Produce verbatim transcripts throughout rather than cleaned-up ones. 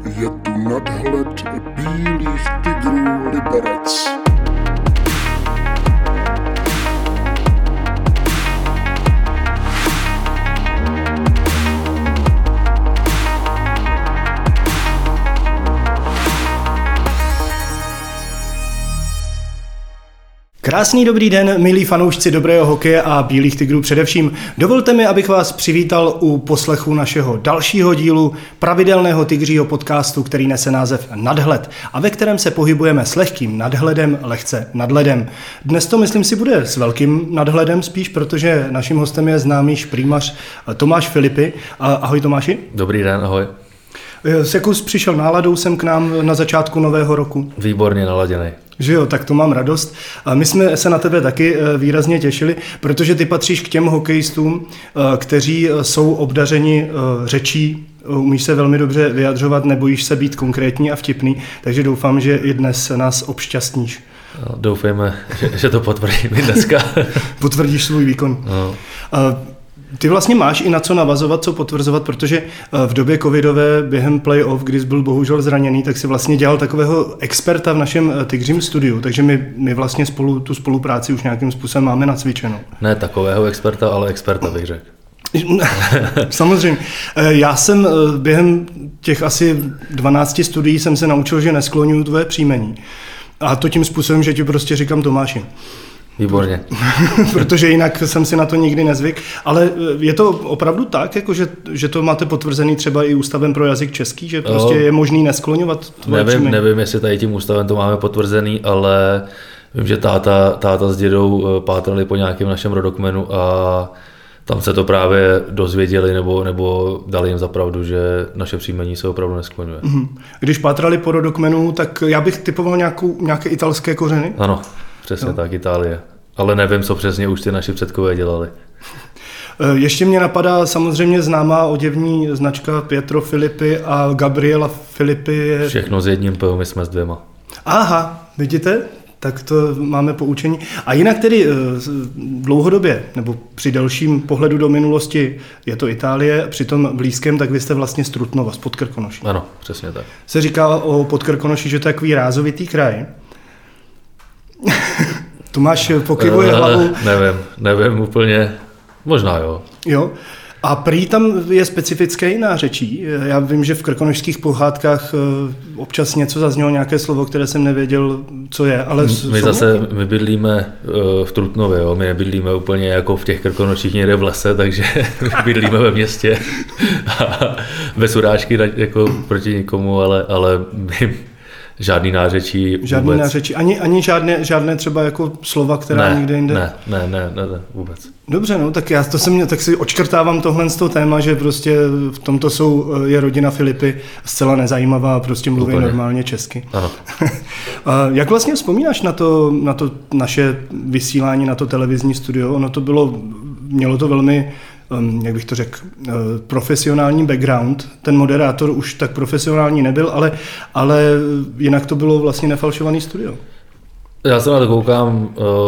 Je tu nadhled bílých tygrů Liberec. Krásný dobrý den, milí fanoušci dobrého hokeje a bílých tygrů především. Dovolte mi, abych vás přivítal u poslechu našeho dalšího dílu pravidelného tygřího podcastu, který nese název Nadhled a ve kterém se pohybujeme s lehkým nadhledem, lehce nadhledem. Dnes to, myslím si, bude s velkým nadhledem spíš, protože naším hostem je známý šprýmař Tomáš Filipy. Ahoj Tomáši. Dobrý den, ahoj. S jakou jsi přišel náladou sem k nám na začátku nového roku? Výborně naladěný. Že jo, tak to mám radost. A my jsme se na tebe taky výrazně těšili, protože ty patříš k těm hokejistům, kteří jsou obdařeni řečí, umíš se velmi dobře vyjadřovat, nebojíš se být konkrétní a vtipný, takže doufám, že i dnes nás obšťastníš. No, doufejme, že, že to potvrdím i dneska. Potvrdíš svůj výkon. No. A ty vlastně máš i na co navazovat, co potvrzovat, protože v době covidové během playoff, kdy jsi byl bohužel zraněný, tak si vlastně dělal takového experta v našem tygřím studiu, takže my, my vlastně spolu tu spolupráci už nějakým způsobem máme nacvičenou. Ne takového experta, ale experta bych řekl. Samozřejmě. Já jsem během těch asi dvanácti studií jsem se naučil, že neskloňuju tvoje příjmení. A to tím způsobem, že ti prostě říkám Tomáši. Výborně. Protože jinak jsem si na to nikdy nezvyk. Ale je to opravdu tak, jako že, že to máte potvrzený třeba i Ústavem pro jazyk český, že prostě je možný neskloňovat tvoje nevím, příjmení? Nevím, jestli tady tím ústavem to máme potvrzený, ale vím, že táta, táta s dědou pátrali po nějakém našem rodokmenu a tam se to právě dozvěděli nebo, nebo dali jim za pravdu, že naše příjmení se opravdu neskloňuje. Když pátrali po rodokmenu, tak já bych typoval nějakou, nějaké italské kořeny? Ano. Přesně no. Tak, Itálie. Ale nevím, co přesně už ty naši předkové dělali. Ještě mě napadá samozřejmě známá oděvní značka Pietro Filippi a Gabriela Filippi. Je... Všechno s jedním P, my jsme s dvěma. Aha, vidíte? Tak to máme poučení. A jinak tedy dlouhodobě, nebo při delším pohledu do minulosti je to Itálie, při tom blízkém, tak vy jste vlastně z Trutnova, z Podkrkonoší. Ano, přesně tak. Se říká o Podkrkonoší, že to je takový rázovitý kraj. Tomáš pokyvuje hlavu. Nevím, nevím úplně, možná jo. Jo. A prý tam je specifické nářečí. Já vím, že v krkonošských pohádkách občas něco zaznělo, nějaké slovo, které jsem nevěděl, co je. Ale my zase, my bydlíme v Trutnově, jo? My nebydlíme úplně jako v těch Krkonoších někde v lese, takže my bydlíme ve městě. Bez urážky jako proti nikomu, ale, ale my žádný nářečí Žádný vůbec. nářečí, ani, ani žádné, žádné třeba jako slova, která ne, někde jinde? Ne, ne, ne, ne, ne, vůbec. Dobře, no, tak já to jsem, tak si očkrtávám tohle z toho téma, že prostě v tomto jsou, je rodina Filipy zcela nezajímavá, prostě mluví Úplně. normálně česky. Ano. A jak vlastně vzpomínáš na to, na to naše vysílání, na to televizní studio? Ono to bylo, mělo to velmi, jak bych to řekl, profesionální background. Ten moderátor už tak profesionální nebyl, ale, ale jinak to bylo vlastně nefalšovaný studio. Já se na to koukám,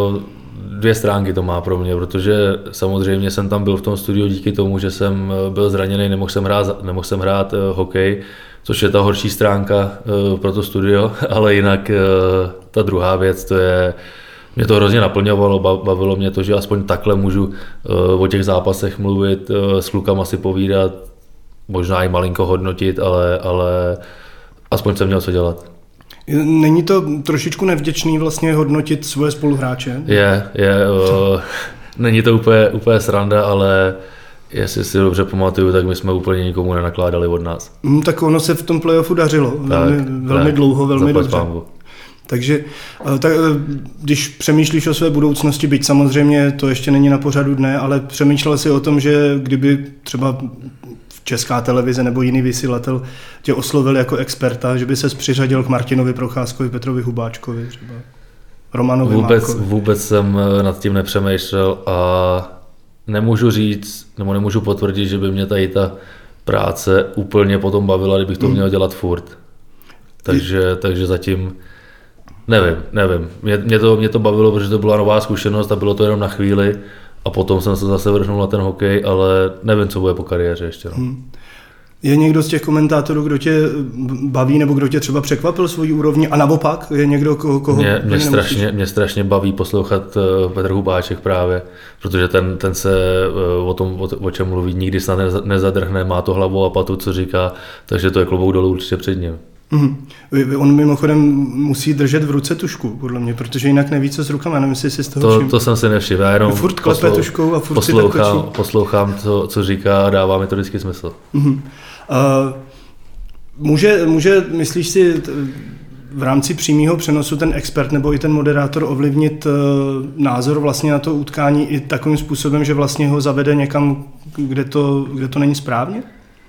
dvě stránky to má pro mě, protože samozřejmě jsem tam byl v tom studiu díky tomu, že jsem byl zraněný, nemohl jsem hrát, nemohl jsem hrát hokej, což je ta horší stránka pro to studio, ale jinak ta druhá věc, to je, mě to hrozně naplňovalo, bavilo mě to, že aspoň takhle můžu o těch zápasech mluvit, s klukama si povídat, možná i malinko hodnotit, ale, ale aspoň jsem měl co dělat. Není to trošičku nevděčný vlastně hodnotit svoje spoluhráče? Je, je. O, není to úplně, úplně sranda, ale jestli si dobře pamatuju, tak my jsme úplně nikomu nenakládali od nás. Mm, tak ono se v tom playoffu dařilo. Tak, velmi velmi tak, dlouho, velmi dobře. Pánbu. Takže tak, když přemýšlíš o své budoucnosti, byť samozřejmě to ještě není na pořadu dne, ale přemýšlel jsi o tom, že kdyby třeba Česká televize nebo jiný vysílatel tě oslovil jako experta, že by ses přiřadil k Martinovi Procházkovi, Petrovi Hubáčkovi, třeba Romanovi vůbec, Márkovi. Vůbec jsem nad tím nepřemýšlel a nemůžu říct, nebo nemůžu potvrdit, že by mě tady ta práce úplně potom bavila, kdybych to měl dělat furt. Takže, takže zatím nevím, nevím. Mě, mě, to, mě to bavilo, protože to byla nová zkušenost a bylo to jenom na chvíli a potom jsem se zase vrhnul na ten hokej, ale nevím, co bude po kariéře ještě. No. Hmm. Je někdo z těch komentátorů, kdo tě baví nebo kdo tě třeba překvapil svojí úrovní a naopak je někdo, koho, koho mě, mě, strašně, mě strašně baví poslouchat Petr Hubáček právě, protože ten, ten se o tom, o, o čem mluví, nikdy snad nezadrhne, má to hlavu a patu, co říká, takže to je klobouk dolů určitě před ním. Mm-hmm. On mimochodem musí držet v ruce tušku, podle mě, protože jinak neví, co s rukama, nevím, jestli si z toho to, to jsem si nevšiml, já jenom furt klepe poslou, tuškou a furt poslouchám, si poslouchám co, co říká a dává mi to vždycky smysl. Mm-hmm. Uh, může, může, myslíš si, v rámci přímého přenosu ten expert nebo i ten moderátor ovlivnit uh, názor vlastně na to utkání i takovým způsobem, že vlastně ho zavede někam, kde to, kde to není správně?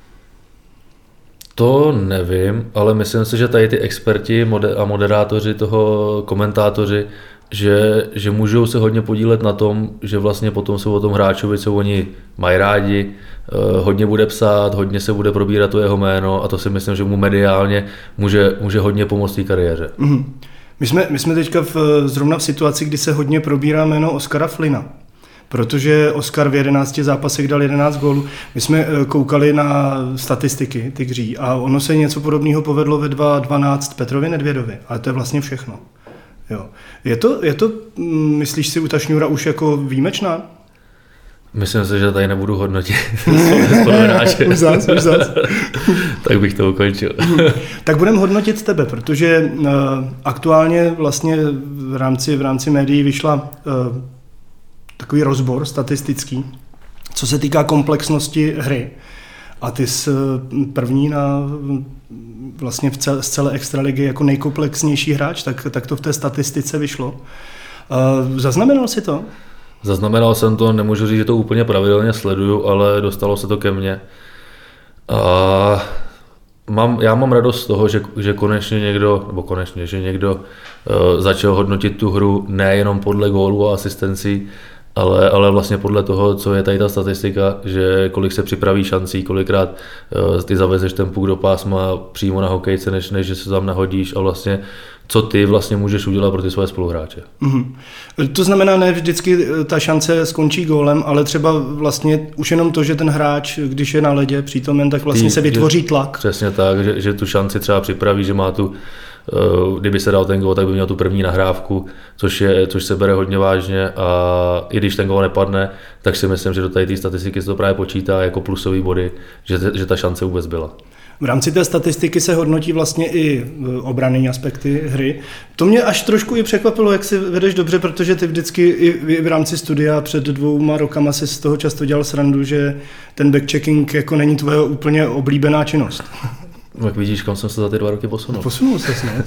To nevím, ale myslím si, že tady ty experti a moderátoři toho, komentátoři, že, že můžou se hodně podílet na tom, že vlastně potom jsou o tom hráčovi, co oni mají rádi, hodně bude psát, hodně se bude probírat to jeho jméno a to si myslím, že mu mediálně může, může hodně pomoct té kariéře. Mm-hmm. My jsme, my jsme teďka v, zrovna v situaci, kdy se hodně probírá jméno Oskara Flyna. Protože Oskar v jedenácti zápasech dal jedenáct gólů. My jsme koukali na statistiky tygří a ono se něco podobného povedlo ve dva dvanáct Petrovi Nedvědovi, ale to je vlastně všechno. Jo. Je to, je to, myslíš si, u Tašňura už jako výjimečná? Myslím si, že tady nebudu hodnotit. už zás, už zás. Tak bych to ukončil. Tak budeme hodnotit tebe, protože uh, aktuálně vlastně v rámci, v rámci médií vyšla uh, takový rozbor statistický, co se týká komplexnosti hry. A ty jsi první na vlastně v celé, z celé extraligy jako nejkomplexnější hráč, tak, tak to v té statistice vyšlo. Zaznamenal jsi to? Zaznamenal jsem to, nemůžu říct, že to úplně pravidelně sleduju, ale dostalo se to ke mně. A mám, já mám radost z toho, že, že konečně někdo, nebo konečně, že někdo uh, začal hodnotit tu hru nejenom podle gólů a asistencí, Ale, ale vlastně podle toho, co je tady ta statistika, že kolik se připraví šancí, kolikrát uh, ty zavezeš ten puk do pásma přímo na hokejce, než, než že se tam nahodíš a vlastně co ty vlastně můžeš udělat pro ty své spoluhráče. Mm-hmm. To znamená, ne vždycky ta šance skončí gólem, ale třeba vlastně už jenom to, že ten hráč, když je na ledě přítomen, tak vlastně ty, se vytvoří tlak. Přesně tak, že, že tu šanci třeba připraví, že má tu kdyby se dal ten gól, tak by měl tu první nahrávku, což, je, což se bere hodně vážně a i když ten gól nepadne, tak si myslím, že do tady té statistiky se to právě počítá jako plusový body, že, že ta šance vůbec byla. V rámci té statistiky se hodnotí vlastně i obranné aspekty hry. To mě až trošku i překvapilo, jak si vedeš dobře, protože ty vždycky i v rámci studia před dvouma rokama si z toho často dělal srandu, že ten backchecking jako není tvoje úplně oblíbená činnost. Jak vidíš, kam jsem se za ty dva roky posunul. Posunul se snad.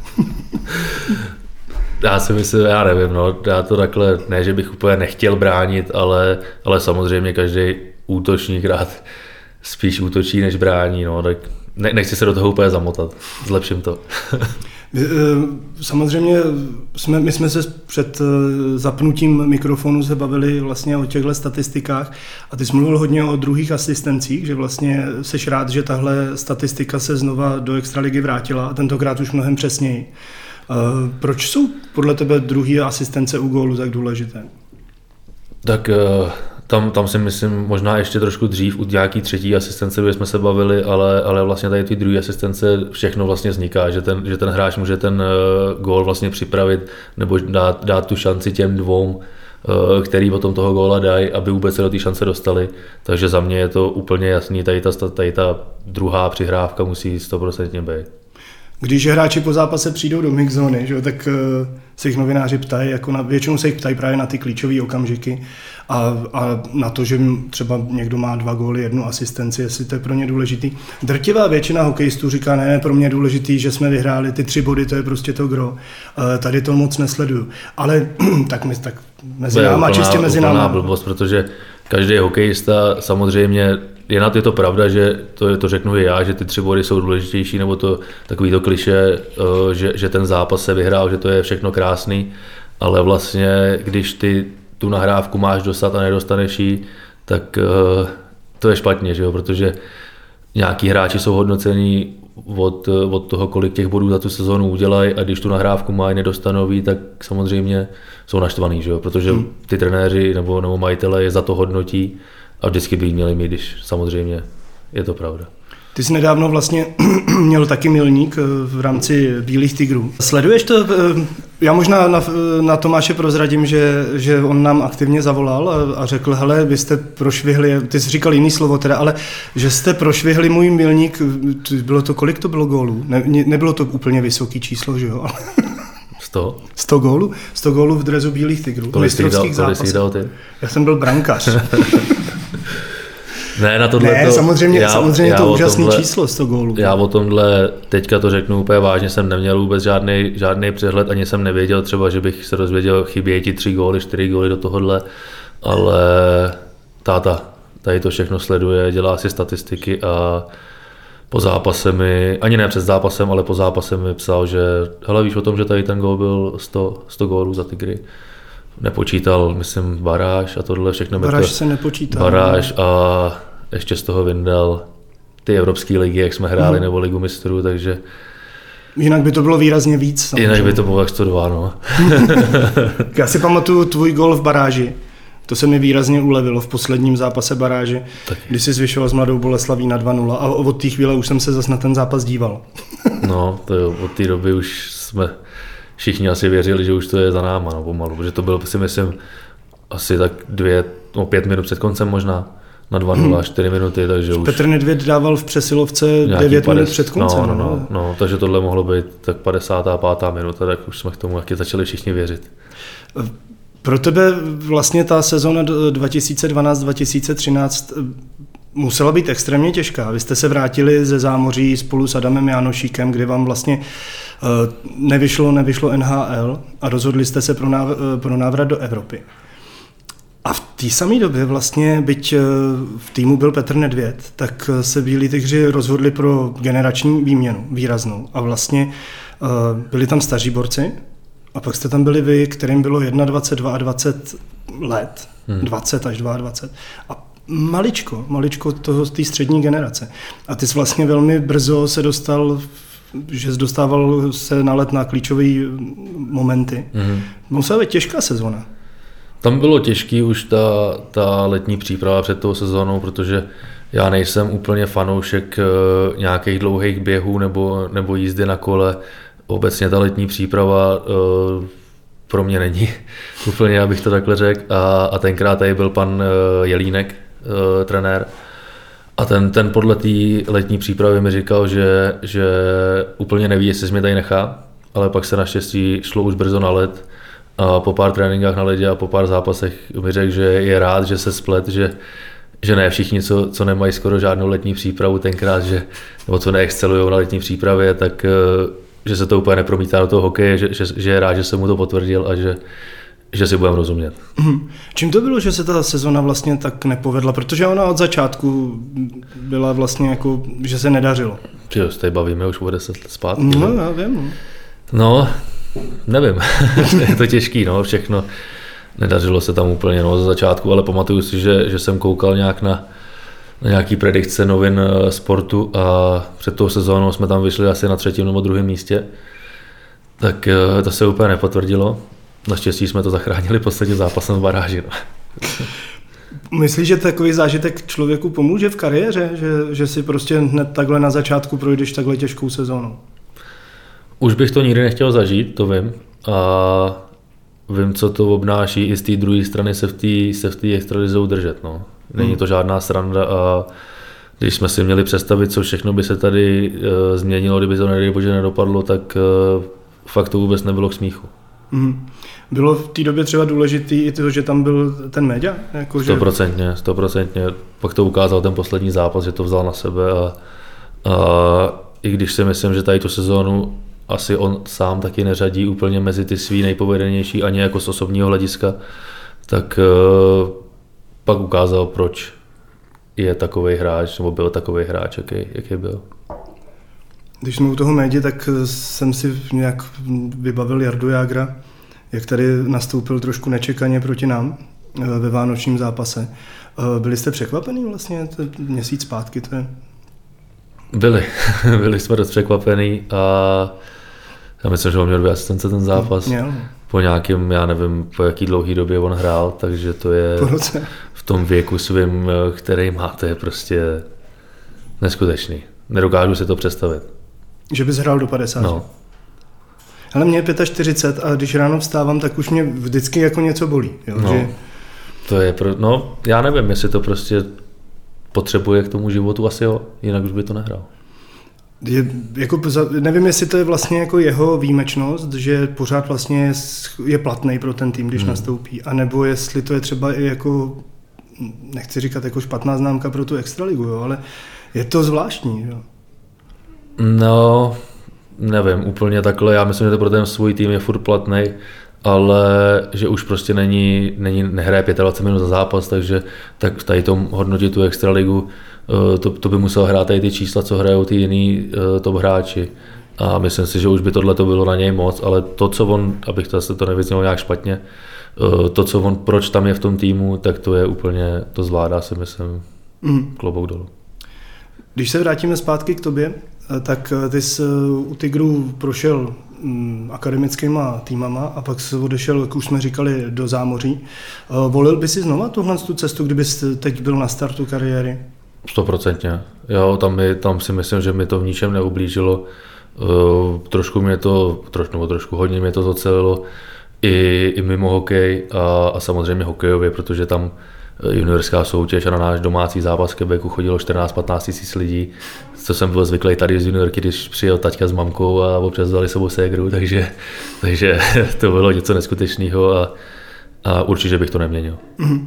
Já si myslím, já nevím, no, já to takhle, ne, že bych úplně nechtěl bránit, ale, ale samozřejmě každý útočník rád spíš útočí, než brání, no, tak ne, nechci se do toho úplně zamotat, zlepším to. Samozřejmě jsme, my jsme se před zapnutím mikrofonu se bavili vlastně o těchto statistikách a ty jsi mluvil hodně o druhých asistencích, že vlastně seš rád, že tahle statistika se znova do extraligy vrátila a tentokrát už mnohem přesněji. Proč jsou podle tebe druhé asistence u gólu tak důležité? Tak tam, tam si myslím možná ještě trošku dřív u nějaký třetí asistence, kde jsme se bavili, ale, ale vlastně tady ty druhé asistence všechno vlastně vzniká, že ten, že ten hráč může ten gól vlastně připravit nebo dát, dát tu šanci těm dvou, který potom toho góla dají, aby vůbec se do té šance dostali. Takže za mě je to úplně jasný, tady ta, tady ta druhá přihrávka musí sto procent být. Když hráči po zápase přijdou do mixzóny, že, tak uh, se jich novináři ptají, jako na, většinou se jich ptají právě na ty klíčové okamžiky a, a na to, že třeba někdo má dva góly, jednu asistenci, jestli to je pro ně důležitý. Drtivá většina hokejistů říká, ne, pro mě je důležitý, že jsme vyhráli ty tři body, to je prostě to gro. Uh, tady to moc nesleduju. Ale tak, my, tak mezi náma, čistě mezi náma. Blbost, protože každý hokejista samozřejmě je na to, je to pravda, že to, to řeknu i já, že ty tři body jsou důležitější, nebo to takový to kliše, že, že ten zápas se vyhrál, že to je všechno krásný, ale vlastně, když ty tu nahrávku máš dostat a nedostaneš ji, tak to je špatně, že jo? Protože nějaký hráči jsou hodnocení od, od toho, kolik těch bodů za tu sezónu udělají a když tu nahrávku mají, nedostanou ji, tak samozřejmě jsou naštvaný, že jo? Protože ty trenéři nebo, nebo majitele je za to hodnotí a vždycky by jí měli mít, když samozřejmě je to pravda. Ty jsi nedávno vlastně měl taky milník v rámci Bílých tygrů. Sleduješ to? Já možná na, na Tomáše prozradím, že, že on nám aktivně zavolal a, a řekl, hele, vy jste prošvihli, ty jsi říkal jiný slovo teda, ale že jste prošvihli můj milník, bylo to, kolik to bylo gólů? Ne, nebylo to úplně vysoký číslo, že jo? Ale sto? sto gólů? sto gólů v dresu Bílých tygrů. Kolik jsi dal, kolik jsi dal ty? Já jsem byl brankář. Ne, na tohle ne, to, samozřejmě, já, samozřejmě já to úžasný tomhle, číslo sto gólů. Já o tomhle, teďka to řeknu úplně vážně, jsem neměl vůbec žádný, žádný přehled, ani jsem nevěděl třeba, že bych se dozvěděl, chybějí ti tři góly, čtyři góly do tohohle, ale táta tady to všechno sleduje, dělá si statistiky a po zápase mi, ani ne před zápasem, ale po zápase mi psal, že hele, víš o tom, že tady ten gól byl sto, sto gólů za Tigry. Nepočítal, myslím, baráž a tohle všechno. Baráž se nepočítal. Baráž a ještě z toho vyndal ty evropské ligy, jak jsme hráli, mm. nebo ligu mistrů, takže... Jinak by to bylo výrazně víc. Samozřejmě. Jinak by to bylo jak sto dva, no. Já si pamatuju tvůj gól v baráži. To se mi výrazně ulevilo v posledním zápase baráže, tak. Kdy jsi zvyšoval s Mladou Boleslaví na dva nula a od té chvíle už jsem se zase na ten zápas díval. No, to jo, od té doby už jsme všichni asi věřili, že už to je za náma, no, pomalu, protože to bylo, si myslím, asi tak dvě, no pět minut před koncem možná, na dva nula, čtyři minuty, takže už... Petr Nedvěd dával v přesilovce devět minut před koncem. No, no, no, no, takže tohle mohlo být tak padesátá pátá minuta, tak už jsme k tomu taky začali všichni věřit. Pro tebe vlastně ta sezóna dva tisíce dvanáct dva tisíce třináct musela být extrémně těžká. Vy jste se vrátili ze zámoří spolu s Adamem Jánošíkem, kdy vám vlastně nevyšlo, nevyšlo N H L a rozhodli jste se pro, návr- pro návrat do Evropy. A v té samé době vlastně, byť v týmu byl Petr Nedvěd, tak se Bílí tygři rozhodli pro generační výměnu výraznou. A vlastně byli tam staří borci, a pak jste tam byli vy, kterým bylo dvacet jedna, dvacet dva let, hmm. dvacet až dvacet dva. A maličko, maličko toho z té střední generace. A ty jsi vlastně velmi brzo se dostal, že jsi dostával se na let na klíčové momenty. Hmm. Musela být těžká sezona. Tam bylo těžký už ta, ta letní příprava před tou sezónou, protože já nejsem úplně fanoušek nějakých dlouhých běhů nebo, nebo jízdy na kole. Obecně ta letní příprava uh, pro mě není úplně, abych to takhle řekl. A, a tenkrát tady byl pan uh, Jelínek, uh, trenér. A ten, ten podle té letní přípravy mi říkal, že, že úplně neví, jestli mě tady nechá, ale pak se naštěstí šlo už brzo na led. A po pár tréninkách na ledě a po pár zápasech mi řekl, že je rád, že se splet, že, že ne všichni, co, co nemají skoro žádnou letní přípravu tenkrát, že, nebo co neexcelujou na letní přípravě, tak uh, že se to úplně nepromítá do toho hokeje, že, že, že je rád, že jsem mu to potvrdil a že, že si budeme rozumět. Hmm. Čím to bylo, že se ta sezona vlastně tak nepovedla? Protože ona od začátku byla vlastně jako, že se nedařilo. Jo, se tady bavíme už o deset let zpátky. No, já vím. No, nevím. Je to těžký, no, všechno. Nedařilo se tam úplně no, za začátku, ale pamatuju si, že, že jsem koukal nějak na na nějaký predikce novin sportu a před tou sezónou jsme tam vyšli asi na třetím nebo druhém místě, tak to se úplně nepotvrdilo. Naštěstí jsme to zachránili posledním zápasem v baráži. No. Myslíš, že takový zážitek člověku pomůže v kariéře? Že, že si prostě hned takhle na začátku projdeš takhle těžkou sezónou? Už bych to nikdy nechtěl zažít, to vím. A vím, co to obnáší i z té druhé strany se v té se v té extralize udržet. No. Není to žádná sranda a když jsme si měli představit, co všechno by se tady e, změnilo, kdyby to nedej bože nedopadlo, tak e, fakt to vůbec nebylo k smíchu. Mm. Bylo v té době třeba důležitý i to, že tam byl ten média? Jako, že... Stoprocentně, stoprocentně. Pak to ukázal ten poslední zápas, že to vzal na sebe a, a i když si myslím, že tady tu sezónu asi on sám taky neřadí úplně mezi ty svý nejpovedenější ani jako z osobního hlediska, tak e, pak ukázal, proč je takovej hráč, nebo byl takovej hráč, jaký, jaký byl. Když jsme u toho média, tak jsem si nějak vybavil Jardu Jágra, jak tady nastoupil trošku nečekaně proti nám ve vánočním zápase. Byli jste překvapený vlastně měsíc zpátky? To je... Byli. Byli jsme dost překvapený a já myslím, že on měl dvě asistence ten zápas. Měl. Po nějakém, já nevím, po jaký dlouhý době on hrál, takže to je v tom věku svým, který má, to je prostě neskutečný. Nedokážu si to představit. Že bys hrál do padesáti? No. Ale mě je čtyřicet pět a když ráno vstávám, tak už mě vždycky jako něco bolí. Jo? No, že... to je pro, no, já nevím, jestli to prostě potřebuje k tomu životu, asi jo, jinak už by to nehrál. Je, jako, nevím, jestli to je vlastně jako jeho výjimečnost, že pořád vlastně je platný pro ten tým, když hmm. nastoupí, anebo jestli to je třeba i jako, nechci říkat jako špatná známka pro tu extraligu, jo, ale je to zvláštní. Jo. No, nevím, úplně takhle, já myslím, že to pro ten svůj tým je furt platný, ale že už prostě není, není nehraje dvacet pět minut za zápas, takže tak tady tom hodnotit tu extraligu, to, to by musel hrát tady ty čísla, co hrajou ty jiný top hráči. A myslím si, že už by tohle to bylo na něj moc, ale to, co on, abych to, to nevyznělo nějak špatně, to, co on, proč tam je v tom týmu, tak to je úplně, to zvládá si myslím, mm. klobouk dolů. Když se vrátíme zpátky k tobě, tak ty jsi u Tigrů prošel akademickýma týmama a pak se odešel, jak už jsme říkali, do zámoří. Volil by si znova tuhle tu cestu, kdybys teď byl na startu kariéry? Stoprocentně. Jo, tam, mi, tam si myslím, že mi to v ničem neublížilo. Uh, trošku mě to, troš, nebo trošku hodně mě to zocelilo i, i mimo hokej a, a samozřejmě hokejově, protože tam juniorská soutěž a na náš domácí zápas v Quebecu chodilo čtrnáct patnáct tisíc lidí, co jsem byl zvyklý tady z juniorky, když přijel taťka s mamkou a občas vzali sebou ségru, takže, takže to bylo něco neskutečného a, a určitě bych to neměnil. Mm-hmm.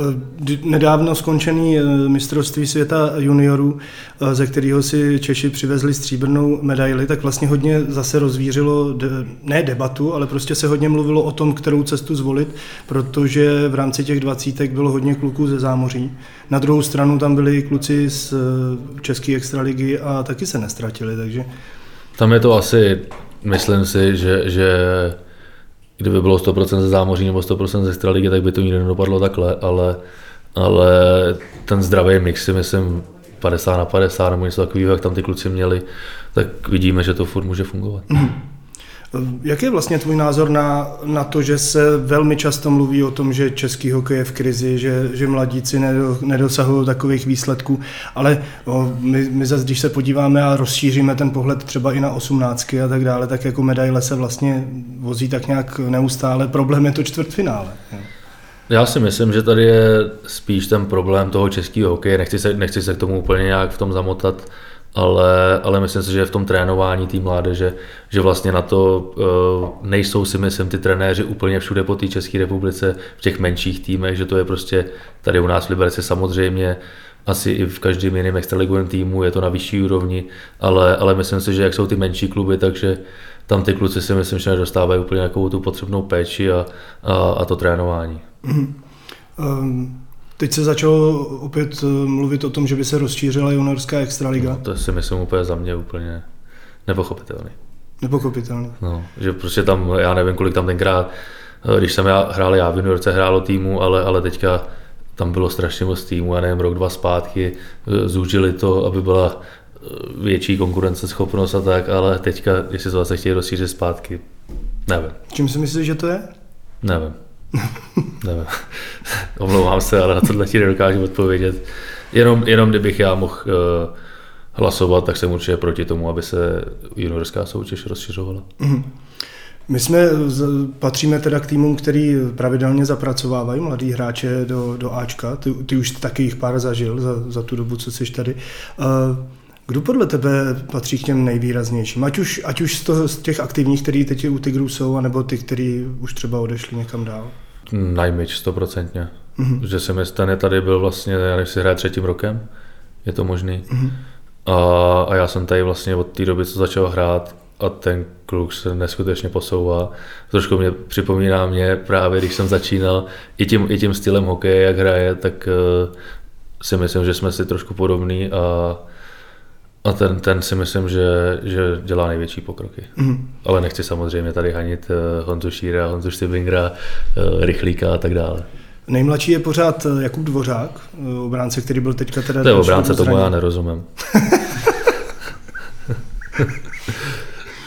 Nedávno skončený mistrovství světa juniorů, ze kterého si Češi přivezli stříbrnou medaili, tak vlastně hodně zase rozvířilo, ne debatu, ale prostě se hodně mluvilo o tom, kterou cestu zvolit, protože v rámci těch dvacítek bylo hodně kluků ze zámoří. Na druhou stranu tam byli kluci z české extraligy a taky se nestratili, takže... Tam je to asi, myslím si, že, že kdyby bylo sto procent ze zámoří nebo sto procent ze extraligy, tak by to nikdy nedopadlo takhle, ale, ale ten zdravý mix si myslím padesát na padesát nebo něco takového, jak tam ty kluci měli, tak vidíme, že to furt může fungovat. Mm. Jak je vlastně tvůj názor na, na to, že se velmi často mluví o tom, že český hokej je v krizi, že, že mladíci nedo, nedosahují takových výsledků, ale o, my, my zase, když se podíváme a rozšíříme ten pohled třeba i na osmnáctky a tak dále, tak jako medaile se vlastně vozí tak nějak neustále. Problém je to čtvrtfinále. Já si myslím, že tady je spíš ten problém toho českého hokeje, nechci se, nechci se k tomu úplně nějak v tom zamotat, Ale, ale myslím si, že v tom trénování té mládeže, že vlastně na to uh, nejsou si myslím ty trenéři úplně všude po té České republice, v těch menších týmech, že to je prostě tady u nás v Liberci samozřejmě, asi i v každém jiném extraligovém týmu je to na vyšší úrovni, ale, ale myslím si, že jak jsou ty menší kluby, takže tam ty kluci si myslím, že nedostávají úplně nějakou tu potřebnou péči a, a, a to trénování. Mm-hmm. Um... Teď se začalo opět mluvit o tom, že by se rozšířila juniorská extraliga. No, to si myslím úplně za mě úplně nepochopitelný. Nepochopitelný. No, že prostě tam, já nevím, kolik tam tenkrát, když jsem já hrál já v juniorce, hrálo týmu, ale, ale teďka tam bylo strašně moc týmu, já nevím, rok, dva zpátky, zúžili to, aby byla větší konkurenceschopnost a tak, ale teďka, jestli to zase chtějí rozšířit zpátky, nevím. Čím si myslíš, že to je? Nevím. Nevím. Omlouvám se, ale na tohle ti nedokážu odpovědět. Jenom, jenom kdybych já mohl uh, hlasovat, tak jsem určitě proti tomu, aby se juniorská soutěž rozšiřovala. Mm-hmm. My jsme, patříme teda k týmům, který pravidelně zapracovávají mladý hráče do, do Ačka. Ty, ty už taky jich pár zažil za, za tu dobu, co jsi tady. Uh, Kdo podle tebe patří k těm nejvýraznějším? Ať už, ať už z, toho, z těch aktivních, který teď u Tigrů jsou, anebo ty, který už třeba odešli někam dál? Najmič, stoprocentně. Mm-hmm. Že jsem ten tady byl vlastně, než si hraje třetím rokem, je to možný. Mm-hmm. A, a já jsem tady vlastně od té doby, co začal hrát, a ten kluk se neskutečně posouvá. Trošku mě připomíná mě právě, když jsem začínal i tím, i tím stylem hokeje, jak hraje, tak uh, si myslím, že jsme si trošku podobní a A ten, ten si myslím, že, že dělá největší pokroky. Mm. Ale nechci samozřejmě tady hanit Honzu Šíra, Honzu Štybingra, Rychlíka a tak dále. Nejmladší je pořád Jakub Dvořák, obránce, který byl teďka teda... To je obránce, tomu já nerozumím.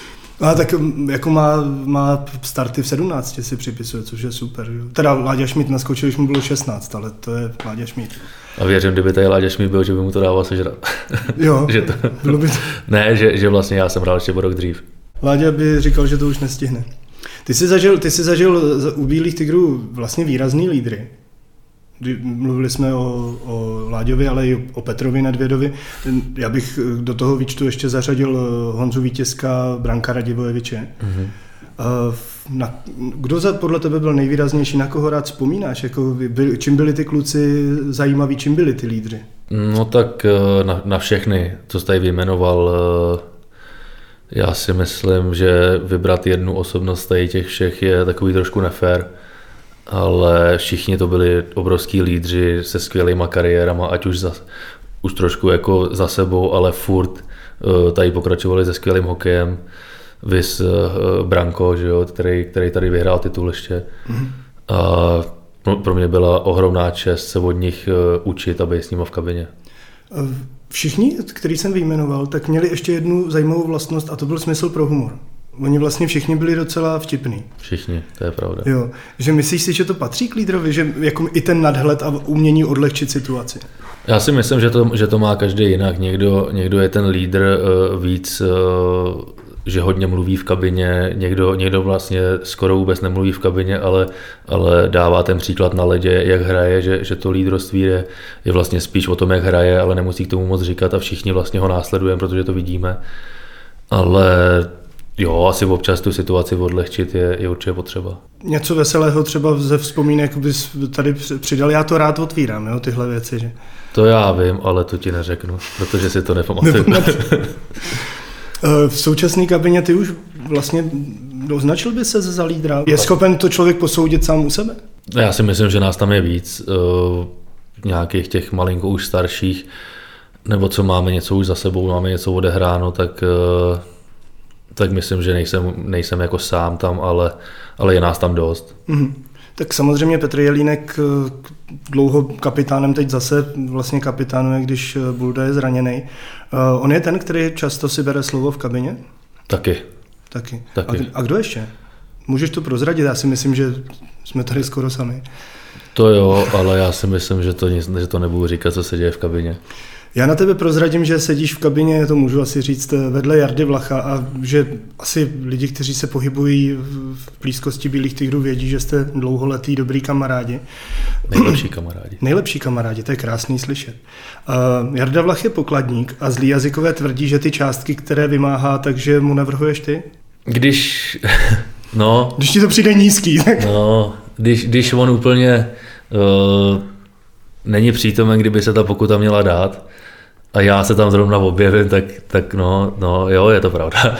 A tak jako má, má starty v sedmnácti si připisuje, což je super. Jo. Teda Láďa Šmíd naskočil, když mu bylo šestnáct, ale to je Láďa Šmíd. A věřím, kdyby tady Láďa Šmíd byl, že by mu to dával sežrat. Jo, že to... bylo by to... Ne, že, že vlastně já jsem hrál ještě o rok dřív. Láďa by říkal, že to už nestihne. Ty jsi zažil, ty jsi zažil u Bílých tigrů vlastně výrazný lídry. Mluvili jsme o, o Láďovi, ale i o Petrovi Nedvědovi. Já bych do toho výčtu ještě zařadil Honzu Vítězka, Branka Radivojeviče. Mm-hmm. Na, kdo za, podle tebe byl nejvýraznější, na koho rád vzpomínáš? Jako, by, čím byli ty kluci zajímaví, čím byli ty lídři? No tak na, na všechny, co jsi tady vyjmenoval, já si myslím, že vybrat jednu osobnost tady těch všech je takový trošku nefér. Ale všichni to byli obrovský lídři se skvělýma kariérama, ať už, za, už trošku jako za sebou, ale furt tady pokračovali se skvělým hokejem. Vys Branko, že jo, který, který tady vyhrál titul ještě. Mm-hmm. A pro mě byla ohromná čest se od nich učit a být s nimi v kabině. Všichni, který jsem vyjmenoval, tak měli ještě jednu zajímavou vlastnost a to byl smysl pro humor. Oni vlastně všichni byli docela vtipný. Všichni, to je pravda. Jo, že myslíš si, že to patří k lídrovi, že jako i ten nadhled a umění odlehčit situaci? Já si myslím, že to, že to má každý jinak. Někdo, někdo je ten lídr uh, víc, uh, že hodně mluví v kabině, někdo, někdo vlastně skoro vůbec nemluví v kabině, ale, ale dává ten příklad na ledě, jak hraje, že, že to lídrovství je, je vlastně spíš o tom, jak hraje, ale nemusí k tomu moc říkat a všichni vlastně ho následujeme, protože to vidíme. Ale jo, asi občas tu situaci odlehčit je, je určitě potřeba. Něco veselého třeba ze vzpomínek bys tady přidal, já to rád otvírám, jo, tyhle věci, že? To já vím, ale to ti neřeknu, protože si to nepamatuju. V současné kabině ty už vlastně označil by se za lídra? Je schopen to člověk posoudit sám u sebe? Já si myslím, že nás tam je víc, uh, nějakých těch malinko už starších, nebo co máme něco už za sebou, máme něco odehráno, tak... Uh, tak myslím, že nejsem, nejsem jako sám tam, ale, ale je nás tam dost. Mm-hmm. Tak samozřejmě Petr Jelínek dlouho kapitánem, teď zase vlastně kapitánuje, když Bulda je zraněný. On je ten, který často si bere slovo v kabině? Taky. Taky. Taky. A, a kdo ještě? Můžeš to prozradit? Já si myslím, že jsme tady skoro sami. To jo, ale já si myslím, že to, že to nebudu říkat, co se děje v kabině. Já na tebe prozradím, že sedíš v kabině, to můžu asi říct, vedle Jardy Vlacha a že asi lidi, kteří se pohybují v blízkosti Bílých tigrů, vědí, že jste dlouholetí dobrý kamarádi. Nejlepší kamarádi. Nejlepší kamarádi, to je krásný slyšet. Uh, Jarda Vlach je pokladník a zlý jazykové tvrdí, že ty částky, které vymáhá, takže mu navrhuješ ty? Když, no... Když ti to přijde nízký, tak... No, když, když on úplně uh, není přítomen, kdyby se ta pokuta měla dát, a já se tam zrovna objevím, tak, tak no, no, jo, je to pravda.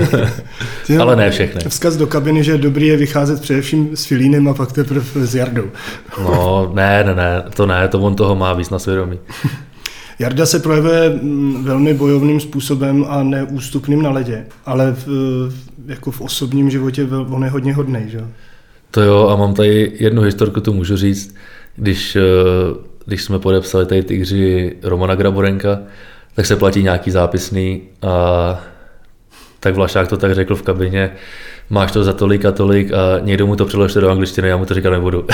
Ale ne všechny. Vzkaz do kabiny, že dobrý je vycházet především s Filínem a pak teprve s Jardou. No, ne, ne, ne, to ne, to on toho má víc na svědomí. Jarda se projevuje velmi bojovným způsobem a neústupným na ledě, ale v, jako v osobním životě on je hodně hodnej, že? To jo, a mám tady jednu historku, tu můžu říct, když... Když jsme podepsali tady tygři Romana Graborenka, tak se platí nějaký zápisný a tak Vlašák to tak řekl v kabině, máš to za tolik a tolik a někdo mu to přeložte do angličtiny, já mu to říkat nebudu.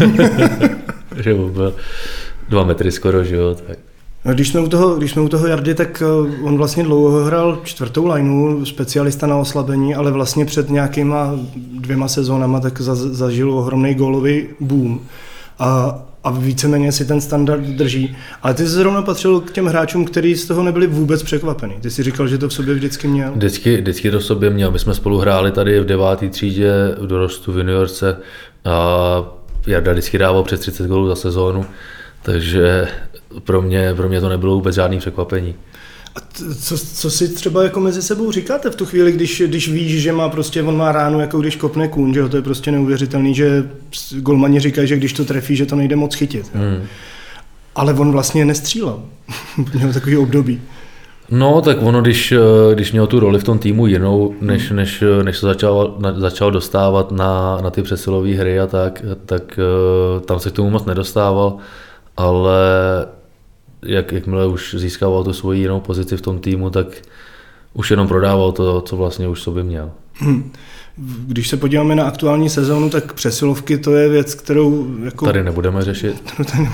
Že byl dva metry skoro, že jo. Tak. Když jsme, u toho, když jsme u toho Jardy, tak on vlastně dlouho hrál čtvrtou lineu, specialista na oslabení, ale vlastně před nějakýma dvěma sezónama tak zažil ohromný gólový boom. A a víceméně si ten standard drží. Ale ty jsi zrovna patřil k těm hráčům, kteří z toho nebyli vůbec překvapený. Ty jsi říkal, že to v sobě vždycky měl. Vždycky, vždycky to v sobě měl. My jsme spolu hráli tady v deváté třídě, v dorostu, v juniorce a Jarda vždycky dával přes třicet gólů za sezónu, takže pro mě, pro mě to nebylo vůbec žádný překvapení. A co, co si třeba jako mezi sebou říkáte v tu chvíli, když, když víš, že má prostě, on má ránu, jako když kopne kůň, že jo, to je prostě neuvěřitelný, že golmani říkají, že když to trefí, že to nejde moc chytit. Hmm. Ale on vlastně nestřílel. Měl takový období. No, tak ono, když, když měl tu roli v tom týmu jinou, než, než, než se začal, začal dostávat na, na ty přesilové hry a tak, tak tam se k tomu moc nedostával, ale jak, jakmile už získával tu svoji jinou pozici v tom týmu, tak už jenom prodával to, co vlastně už sobě měl. Hmm. Když se podíváme na aktuální sezónu, tak přesilovky to je věc, kterou jako... Tady nebudeme řešit. Tady nebudeme,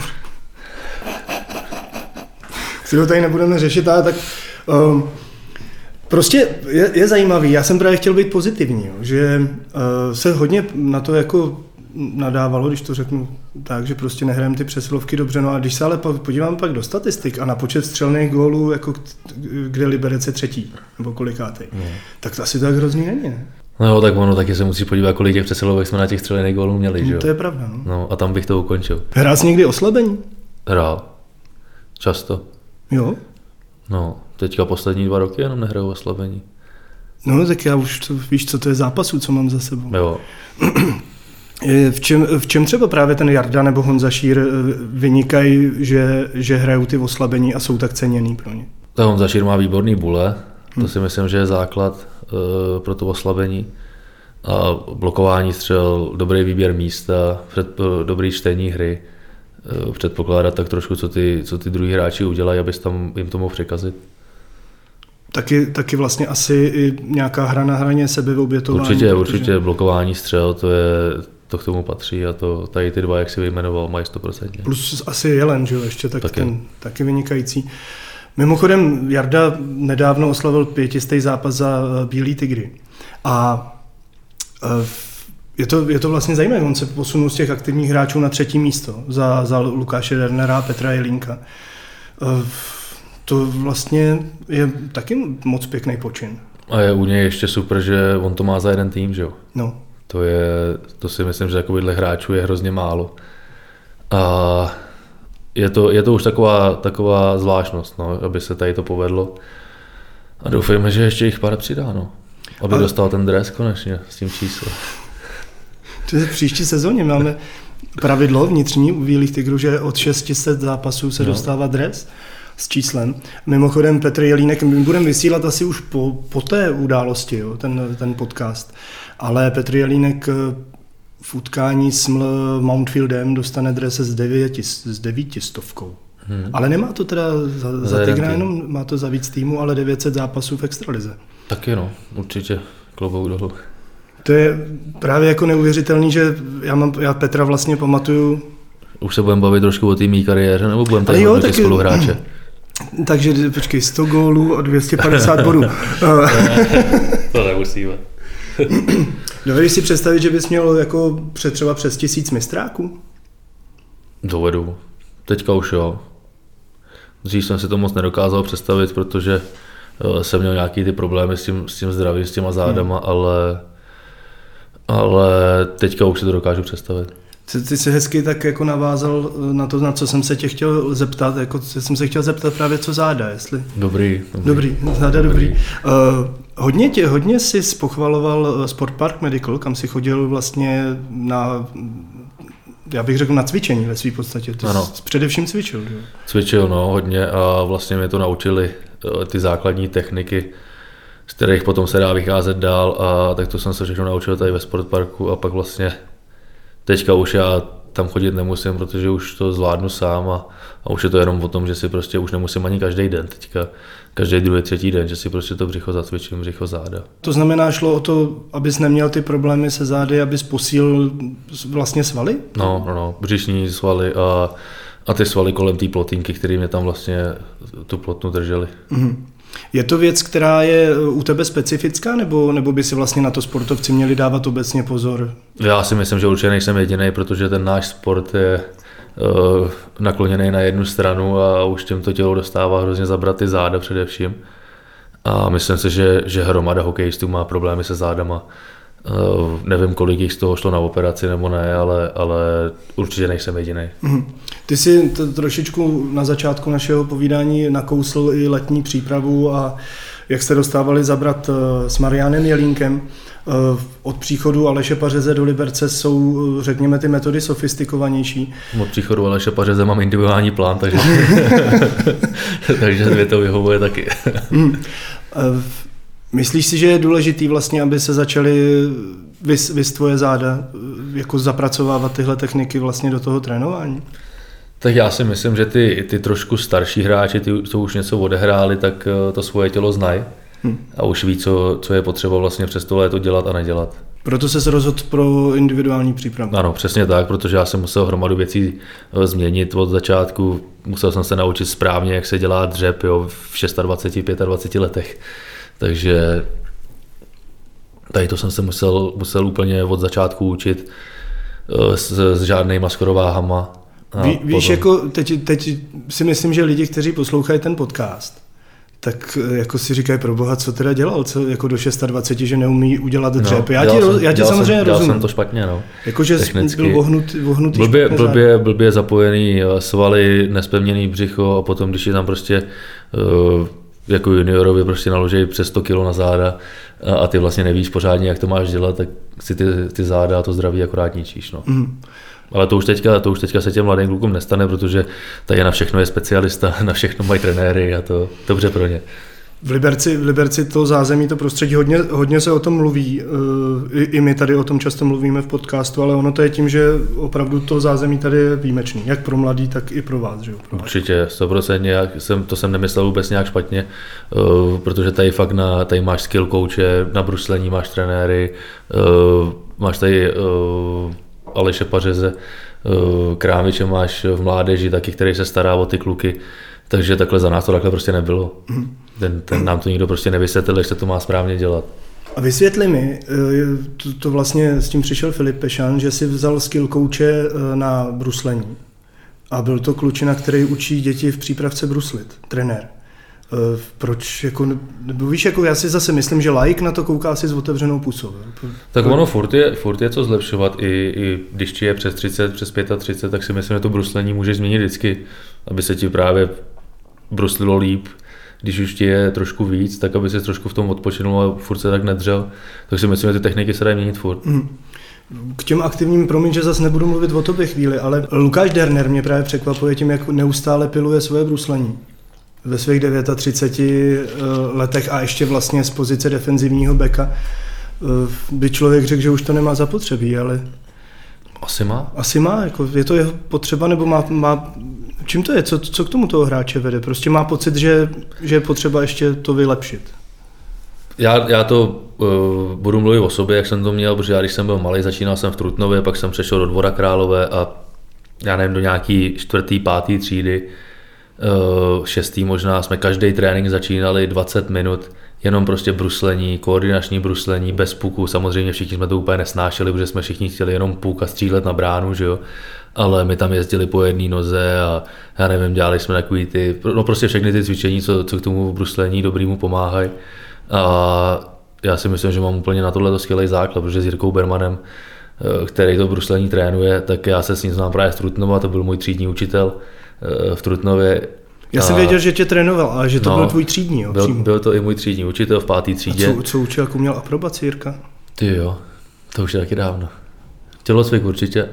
kterou tady nebudeme řešit, ale tak um, prostě je, je zajímavý. Já jsem právě chtěl být pozitivní, jo, že uh, se hodně na to jako nadávalo, když to řeknu tak, že prostě nehrajeme ty přesilovky dobře, no a když se ale podíváme pak do statistik a na počet střelných gólů, jako kde Liberec je třetí, nebo kolikátý, no. Tak to asi tak hrozný není, ne? No jo, tak ono taky se musí podívat, kolik těch přesilovek jsme na těch střelených gólů měli, no, že jo? To je pravda, no. No a tam bych to ukončil. Hrál jsi někdy oslabení? Hrál. Často. Jo? No, teďka poslední dva roky jenom nehraju oslabení. No, tak já už to, víš, co to je zápasů, co mám za sebou. Jo. V čem, v čem třeba právě ten Jarda nebo Honza Šír vynikají, že, že hrajou ty oslabení a jsou tak ceněný pro ně? Tak Honza Šír má výborný bule, to si myslím, že je základ uh, pro to oslabení. A blokování střel, dobrý výběr místa, před, uh, dobrý čtení hry, uh, předpokládat tak trošku, co ty, co ty druhý hráči udělají, abys tam jim to mohl překazit. Taky, taky vlastně asi i nějaká hra na hraně sebeobětování. Určitě, protože... určitě blokování střel, to je... To k tomu patří a to tady ty dva, jak si vyjmenoval, mají sto procent. Plus asi Jelen, že jo, ještě tak taky. ten taky vynikající. Mimochodem, Jarda nedávno oslavil pětistý zápas za Bílý tygry. A je to, je to vlastně zajímavé, on se posunul z těch aktivních hráčů na třetí místo za, za Lukáše Dernera a Petra Jelínka. To vlastně je taky moc pěkný počin. A je u něj ještě super, že on to má za jeden tým, že jo? No. To, je, to si myslím, že takovýchhle hráčů je hrozně málo. A je to, je to už taková, taková zvláštnost, no, aby se tady to povedlo. A doufejme, že ještě jich pár přidá, no. Aby Ale... dostal ten dres konečně s tím číslem. To je v příští sezóně. Máme pravidlo vnitřní u Bílých tygrů, že od šest set zápasů se no. dostává dres s číslem. Mimochodem Petr Jelínek, my budeme vysílat asi už po, po té události, jo, ten, ten podcast. Ale Petr Jelínek v utkání s Mountfieldem dostane dres s, devěti, s devítistovkou. Hmm. Ale nemá to teda za, za, za Tygra, jenom má to za víc týmu, ale devět set zápasů v extralize. Taky no, určitě klobouk dolů. To je právě jako neuvěřitelný, že já, mám, já Petra vlastně pamatuju. Už se budeme bavit trošku o té mý kariéře, nebo budeme tady hodnotit taky... spoluhráče? Takže počkej, sto gólů a dvě stě padesát bodů. To nemusíme. Dovedeš si představit, že bys měl jako před třeba přes tisíc mistráků? Dovedu. Teďka už jo. Dřív jsem si to moc nedokázal představit, protože jsem měl nějaký ty problémy s tím, s tím zdravím, s těma zádama, hmm. ale, ale teďka už si to dokážu představit. Ty, ty jsi hezky tak jako navázal na to, na co jsem se tě chtěl zeptat, jako jsem se chtěl zeptat právě co záda, jestli... Dobrý. Dobrý, dobrý záda dobrý. dobrý. Uh, hodně tě, hodně jsi pochvaloval Sport Park Medical, kam jsi chodil vlastně na, já bych řekl na cvičení ve svý podstatě. Ty ano. jsi především cvičil, jo? Cvičil, no, hodně a vlastně mě to naučili ty základní techniky, z kterých potom se dá vycházet dál a tak to jsem se všechno naučil tady ve Sportparku a pak vlastně teďka už já tam chodit nemusím, protože už to zvládnu sám a, a už je to jenom o tom, že si prostě už nemusím ani každý den teďka, každý druhý, třetí den, že si prostě to břicho zacvičím, břicho záda. To znamená, šlo o to, abys neměl ty problémy se zády, abys posílil vlastně svaly? No, no, no, břišní svaly a, a ty svaly kolem té plotínky, které mě tam vlastně tu plotnu držely. Mm-hmm. Je to věc, která je u tebe specifická, nebo, nebo by si vlastně na to sportovci měli dávat obecně pozor? Já si myslím, že určitě nejsem jediný, protože ten náš sport je uh, nakloněný na jednu stranu a už tím to tělo dostává hrozně zabrat ty záda především. A myslím si, že, že hromada hokejistů má problémy se zádama. Uh, nevím, kolik jich z toho šlo na operaci nebo ne, ale, ale určitě nejsem jediný. Mm. Ty jsi to trošičku na začátku našeho povídání nakousl i letní přípravu a jak jste dostávali zabrat s Marianem Jelínkem. Od příchodu Aleše Pařeze do Liberce jsou, řekněme, ty metody sofistikovanější. Od příchodu Aleše Pařeze mám individuální plán, takže, takže mě to vyhovuje taky. Mm. Myslíš si, že je důležitý vlastně, aby se začaly vys, vys tvoje záda, jako zapracovávat tyhle techniky vlastně do toho trénování? Tak já si myslím, že ty, ty trošku starší hráči, ty, co už něco odehráli, tak to svoje tělo znají. hmm. a už ví, co, co je potřeba vlastně přes to léto dělat a nedělat. Proto se rozhodl pro individuální přípravu. Ano, přesně tak, protože já jsem musel hromadu věcí změnit od začátku. Musel jsem se naučit správně, jak se dělá dřep, jo, v dvaceti šesti, dvaceti pěti letech. Takže tady to jsem se musel, musel úplně od začátku učit s, s žádnejma skoro váhama. Ví, víš, jako teď, teď si myslím, že lidi, kteří poslouchají ten podcast, tak jako si říkají, pro boha, co teda dělal, co jako do dvaceti šesti, že neumí udělat dřep. No, já ti, jsem, já ti samozřejmě jsem, rozumím. Dělal jsem to špatně, no. Jakože byl vohnutý, vohnutý blbě, blbě, blbě zapojený svaly, nespevněný břicho a potom, když je tam prostě uh, jako juniorovi prostě naloží přes sto kilo na záda a, a ty vlastně nevíš pořádně, jak to máš dělat, tak si ty, ty záda a to zdraví akorát ničíš, no. Mm. Ale to už, teďka, to už teďka se těm mladým klukům nestane, protože tady na všechno je specialista, na všechno mají trenéry a to dobře pro ně. V Liberci, v Liberci to zázemí, to prostředí, hodně, hodně se o tom mluví, I, i my tady o tom často mluvíme v podcastu, ale ono to je tím, že opravdu to zázemí tady je výjimečný, jak pro mladý, tak i pro vás. Že jo? Pro vás. Určitě, sto procent, jsem, to jsem nemyslel vůbec nějak špatně, protože tady fakt na, tady máš skill coache, na bruslení máš trenéry, máš tady Aleše Pařeze, Krámiče máš v mládeži taky, který se stará o ty kluky, takže takhle za nás to takhle prostě nebylo. Ten, ten nám to nikdo prostě nevysvětlil, jak se to má správně dělat. A vysvětli mi, to, to vlastně s tím přišel Filip Pešan, že si vzal skill coache na bruslení a byl to klučina, který učí děti v přípravce bruslit, trenér. Proč, jako, nebo víš, jako já si zase myslím, že laik na to kouká asi s otevřenou pusou. Tak ono furt je, furt je co zlepšovat, i, i když ti je přes třicet, přes třicet pět, tak si myslím, že to bruslení můžeš změnit vždycky, aby se ti právě bruslilo líp. Když už ti je trošku víc, tak aby se trošku v tom odpočinul a furt se tak nedřel, tak si myslím, že ty techniky se dají měnit furt. Mm. K těm aktivním, promiň, že zase nebudu mluvit o tobě chvíli, ale Lukáš Derner mě právě překvapuje tím, jak neustále piluje svoje bruslení. Ve svých třiceti devíti letech a ještě vlastně z pozice defenzivního beka by člověk řekl, že už to nemá zapotřebí, ale... Asi má. Asi má, jako je to jeho potřeba, nebo má... má čím to je? Co, co k tomu toho hráče vede? Prostě má pocit, že, že je potřeba ještě to vylepšit. Já, já to uh, budu mluvit o sobě, jak jsem to měl, protože já když jsem byl malý, začínal jsem v Trutnově, pak jsem přešel do Dvora Králové a já nevím, do nějaký čtvrtý, pátý třídy, uh, šestý možná, jsme každý trénink začínali dvacet minut, jenom prostě bruslení, koordinační bruslení, bez puku, samozřejmě všichni jsme to úplně nesnášeli, protože jsme všichni chtěli jenom puk a střílet na bránu, že jo. Ale my tam jezdili po jedné noze a já nevím, dělali jsme takový ty, no prostě všechny ty cvičení, co, co k tomu bruslení dobrýmu pomáhají. A já si myslím, že mám úplně na tohle skvělý základ, protože s Jirkou Bermanem, který to bruslení trénuje, tak já se s ním znám právě z Trutnova, to byl můj třídní učitel v Trutnově. Já jsem věděl, že tě trénoval, ale že to no, byl tvůj třídní, jo, byl, byl to i můj třídní učitel v pátý třídě. A co, co učil, jak uměl aprobaci, Jirka? Ty jo, to už je taky dávno. Tělocvik určitě.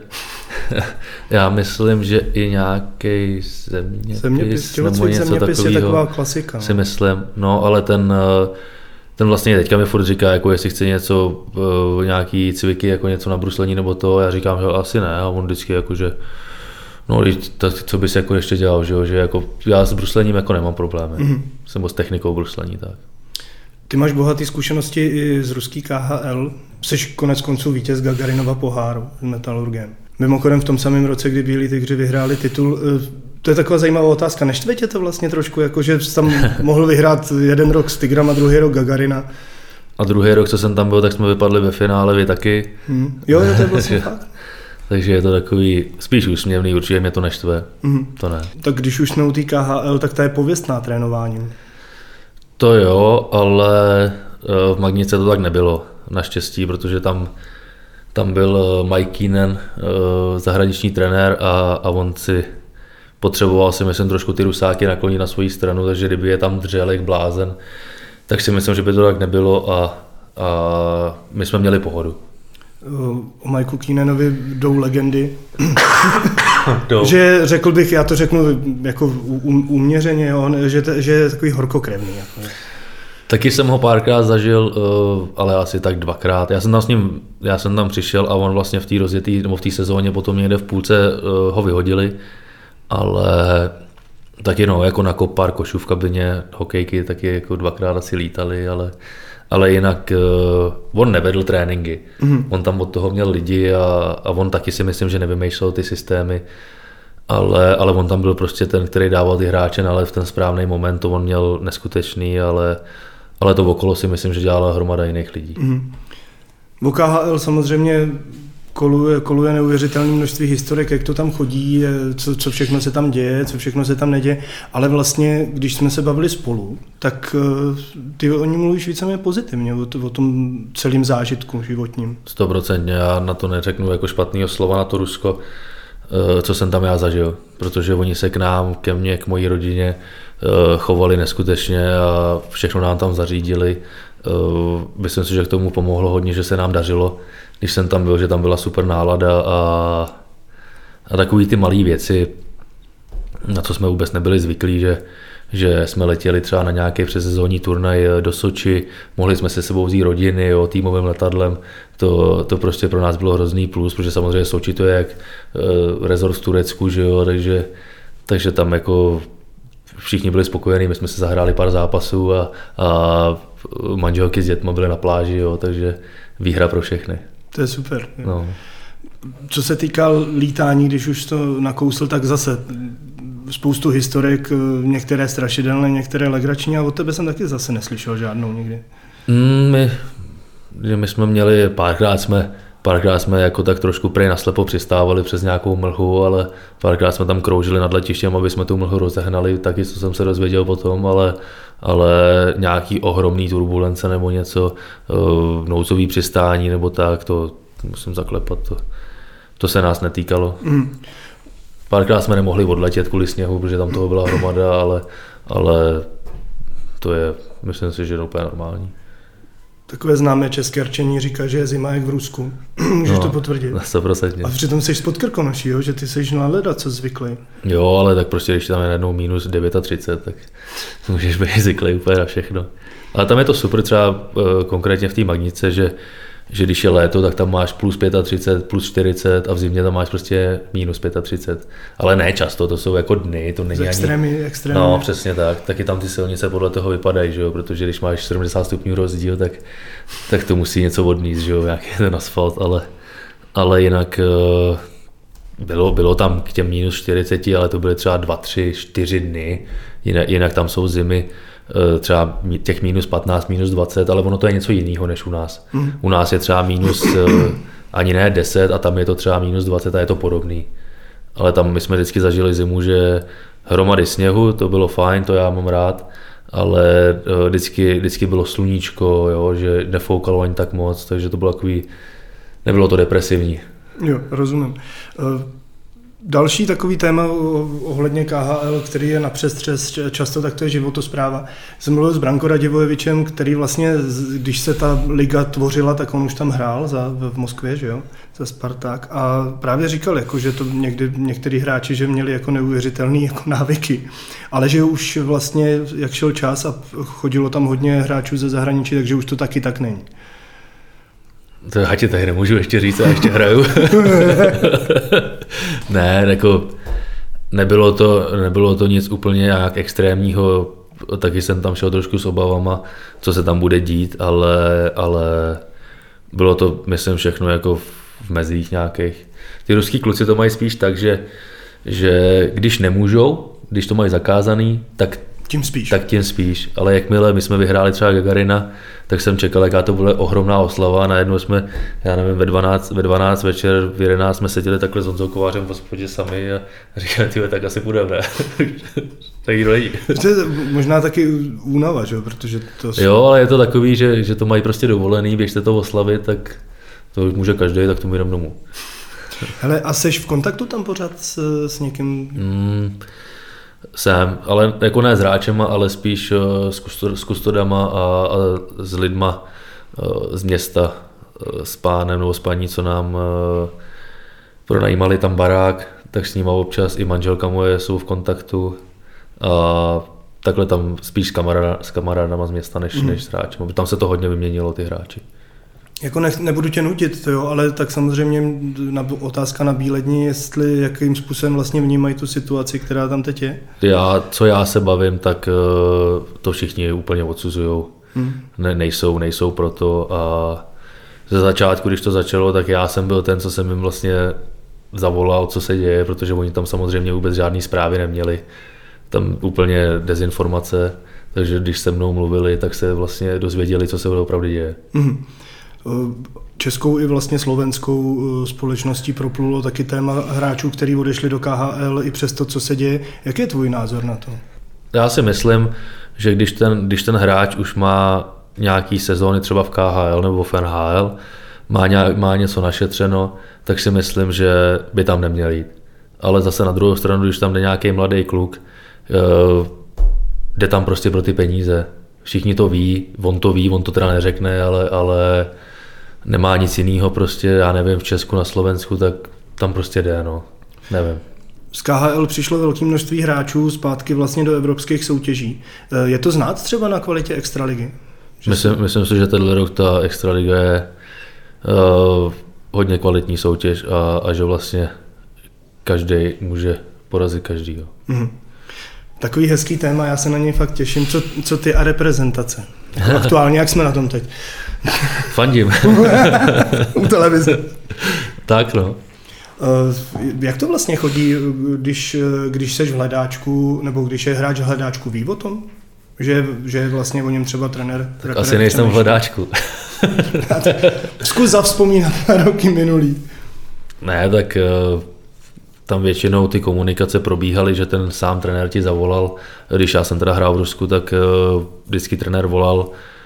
Já myslím, že i nějaký zeměpis, zeměpis nebo něco zeměpis takového. Je taková klasika. Si myslím, no ale ten, ten vlastně teďka mi furt říká, jako jestli chce něco, nějaký cviky, jako něco na bruslení nebo to, já říkám, že asi ne a on vždycky jako, že no, tak co bys jako ještě dělal, že, že jako já s bruslením jako nemám problémy, mm-hmm. jsem s technikou bruslení, tak. Ty máš bohaté zkušenosti i z ruský K H L, jsi konec konců vítěz Gagarinova poháru s Metalurgem. Mimochodem v tom samém roce, kdy Bílí tygři vyhráli titul, to je taková zajímavá otázka, neštve tě to vlastně trošku, jako že jsi tam mohl vyhrát jeden rok s Tygrem a druhý rok Gagarina. A druhý rok, co jsem tam byl, tak jsme vypadli ve finále, vy taky. Hmm. Jo, jo, to je vlastně fakt. Takže je to takový spíš úsměvný, určitě mě to neštve, mm. to ne. Tak když už jsme u té K H L, tak ta je pověstná trénováním. To jo, ale v Magnice to tak nebylo, naštěstí, protože tam, tam byl Mike Keenan, zahraniční trenér a, a on si potřeboval si myslím trošku ty Rusáky naklonit na svou stranu, takže kdyby je tam dřel jak blázen, tak si myslím, že by to tak nebylo a, a my jsme měli pohodu. O Mikeu Keenanovi jdou legendy, že řekl bych, já to řeknu jako uměřeně, jo, že, to, že je takový horkokrevný. Jako. Taky jsem ho párkrát zažil, ale asi tak dvakrát. Já jsem tam s ním, já jsem tam přišel a on vlastně v té rozjetý, nebo v té sezóně potom někde v půlce ho vyhodili, ale taky no, jako na pár košů v kabině hokejky taky jako dvakrát asi lítali, ale, ale jinak uh, on nevedl tréninky. Mm. On tam od toho měl lidi a, a on taky si myslím, že nevymýšlel ty systémy, ale, ale on tam byl prostě ten, který dával ty hráče, ale v ten správný moment to on měl neskutečný, ale, ale to okolo si myslím, že dělala hromada jiných lidí. Mm. O K H L samozřejmě koluje, koluje neuvěřitelné množství historek, jak to tam chodí, co, co všechno se tam děje, co všechno se tam neděje, ale vlastně, když jsme se bavili spolu, tak ty o ní mluvíš víceméně pozitivně, o, o tom celém zážitku životním. Stoprocentně, já na to neřeknu jako špatného slova na to Rusko, co jsem tam já zažil, protože oni se k nám, ke mně, k mojí rodině chovali neskutečně a všechno nám tam zařídili. Myslím si, že k tomu pomohlo hodně, že se nám dařilo, když jsem tam byl, že tam byla super nálada a, a takový ty malé věci, na co jsme vůbec nebyli zvyklí, že, že jsme letěli třeba na nějaký přesezónní turnaj do Soči, mohli jsme se sebou vzít rodiny, jo, týmovým letadlem, to, to prostě pro nás bylo hrozný plus, protože samozřejmě Soči to je jak uh, rezort v Turecku, že jo, takže, takže tam jako všichni byli spokojení, my jsme se zahráli pár zápasů a, a manželky s dětmi byly na pláži, jo, takže výhra pro všechny. To je super. No. Co se týká lítání, když už to nakousl, tak zase spoustu historek, některé strašidelné, některé legrační, a od tebe jsem taky zase neslyšel žádnou nikdy. Mm, my, my jsme měli, párkrát jsme, párkrát jsme jako tak trošku prej naslepo přistávali přes nějakou mlhu, ale párkrát jsme tam kroužili nad letištěm, aby jsme tu mlhu rozehnali, taky co jsem se dozvěděl potom, ale, ale nějaký ohromný turbulence nebo něco, nouzový přistání nebo tak, to musím zaklepat, to, to se nás netýkalo. Mm. Párkrát jsme nemohli odletět kvůli sněhu, protože tam toho byla hromada, ale, ale to je, myslím si, že je úplně normální. Takové známé české rčení říká, že je zima jak v Rusku. Můžeš no, to potvrdit? sto procent. A přitom jsi spod Krkonoší, jo? Že ty jsi na leda, co zvyklý. Jo, ale tak prostě, když tam je najednou minus třicet devět, tak můžeš být zvyklý úplně na všechno. Ale tam je to super třeba konkrétně v té Magnice, že že když je léto, tak tam máš plus třicet pět, plus čtyřicet a v zimě tam máš prostě minus třicet pět. Ale ne často, to jsou jako dny, to není extrémy, ani... extrémy. No, přesně tak. Taky tam ty silnice podle toho vypadají, že jo? Protože když máš sedmdesát stupňů rozdíl, tak, tak to musí něco odníst, že jo? Nějaký ten asfalt, ale, ale jinak bylo, bylo tam k těm minus čtyřicet, ale to byly třeba dva, tři, čtyři dny, jinak, jinak tam jsou zimy, třeba těch minus patnáct, minus dvacet, ale ono to je něco jiného než u nás. Mm. U nás je třeba minus ani ne deset a tam je to třeba minus dvacet a je to podobný. Ale tam my jsme vždycky zažili zimu, že hromady sněhu, to bylo fajn, to já mám rád, ale vždycky, vždycky bylo sluníčko, jo, že nefoukalo ani tak moc, takže to bylo takový, nebylo to depresivní. Jo, rozumím. Další takový téma ohledně K H L, který je na přestřes často, tak to je životospráva. Jsem mluvil s Branko Radivojevičem, který vlastně, když se ta liga tvořila, tak on už tam hrál za, v Moskvě, že jo, za Spartak, a právě říkal, jako, že to někdy, některý hráči, že měli jako neuvěřitelný jako návyky, ale že už vlastně, jak šel čas a chodilo tam hodně hráčů ze zahraničí, takže už to taky tak není. To já ti tady nemůžu ještě říct, a ještě hraju. Ne, jako nebylo to, nebylo to nic úplně nějak extrémního, taky jsem tam šel trošku s obavama, co se tam bude dít, ale, ale bylo to, myslím, všechno jako v mezích nějakých. Ty ruský kluci to mají spíš tak, že, že když nemůžou, když to mají zakázaný, tak tím spíš. Tak tím spíš, ale jakmile my jsme vyhráli třeba Gagarina, tak jsem čekal, jaká to bude ohromná oslava a najednou jsme, já nevím, ve dvanáct, ve dvanáct večer, v jedenáct jsme seděli takhle s Honzou Kovářem v hospodě sami a říkali, tyhle, tak asi půjdeme. Tak jí dolejí. To je možná taky únava, že? Protože to... Jo, ale je to takový, že, že to mají prostě dovolený, běžte to oslavit, tak to může každý, tak tomu jdem domů. Hele, a seš v kontaktu tam pořád s, s někým? Mm. Jsem, ale jako ne s hráčema, ale spíš s, kustod, s kustodama a, a s lidma z města, s pánem nebo s paní, co nám pronajímali tam barák, tak s nima občas i manželka moje jsou v kontaktu a takhle tam spíš s, kamarád, s kamarádama z města než, mm. než s hráčem, tam se to hodně vyměnilo, ty hráči. Jako ne, nebudu tě nutit, to jo, ale tak samozřejmě na, otázka na Bíledni, jestli jakým způsobem vlastně vnímají tu situaci, která tam teď je. Já, co já se bavím, tak to všichni úplně odsuzujou. Hmm. Ne, nejsou, nejsou proto a ze začátku, když to začalo, tak já jsem byl ten, co jsem jim vlastně zavolal, co se děje, protože oni tam samozřejmě vůbec žádný zprávy neměli. Tam úplně dezinformace, takže když se mnou mluvili, tak se vlastně dozvěděli, co se opravdu děje. Hmm. Českou i vlastně slovenskou společností proplulo taky téma hráčů, kteří odešli do K H L i přes to, co se děje. Jaký je tvůj názor na to? Já si myslím, že když ten, když ten hráč už má nějaký sezóny třeba v K H L nebo v N H L, má, nějak, má něco našetřeno, tak si myslím, že by tam neměl jít. Ale zase na druhou stranu, když tam jde nějaký mladý kluk, jde tam prostě pro ty peníze. Všichni to ví, on to ví, on to teda neřekne, ale, ale nemá nic jiného prostě, já nevím, v Česku, na Slovensku, tak tam prostě jde, no, nevím. Z K H L přišlo velké množství hráčů zpátky vlastně do evropských soutěží. Je to znát třeba na kvalitě extraligy? Myslím, myslím si, že tenhle rok ta extraliga je uh, hodně kvalitní soutěž a, a že vlastně každý může porazit každýho. Mm-hmm. Takový hezký téma, já se na něj fakt těším. Co, co ty a reprezentace? Aktuálně, jak jsme na tom teď? Fandím. U televize. Tak no. Jak to vlastně chodí, když, když seš v hledáčku, nebo když je hráč v hledáčku, ví o tom? Že, že vlastně o něm třeba trenér... Tak asi nejsem v hledáčku. Zkus zavzpomínat na roky minulý. Ne, tak tam většinou ty komunikace probíhaly, že ten sám trenér ti zavolal. Když já jsem teda hrál v Rusku, tak vždycky trenér volal,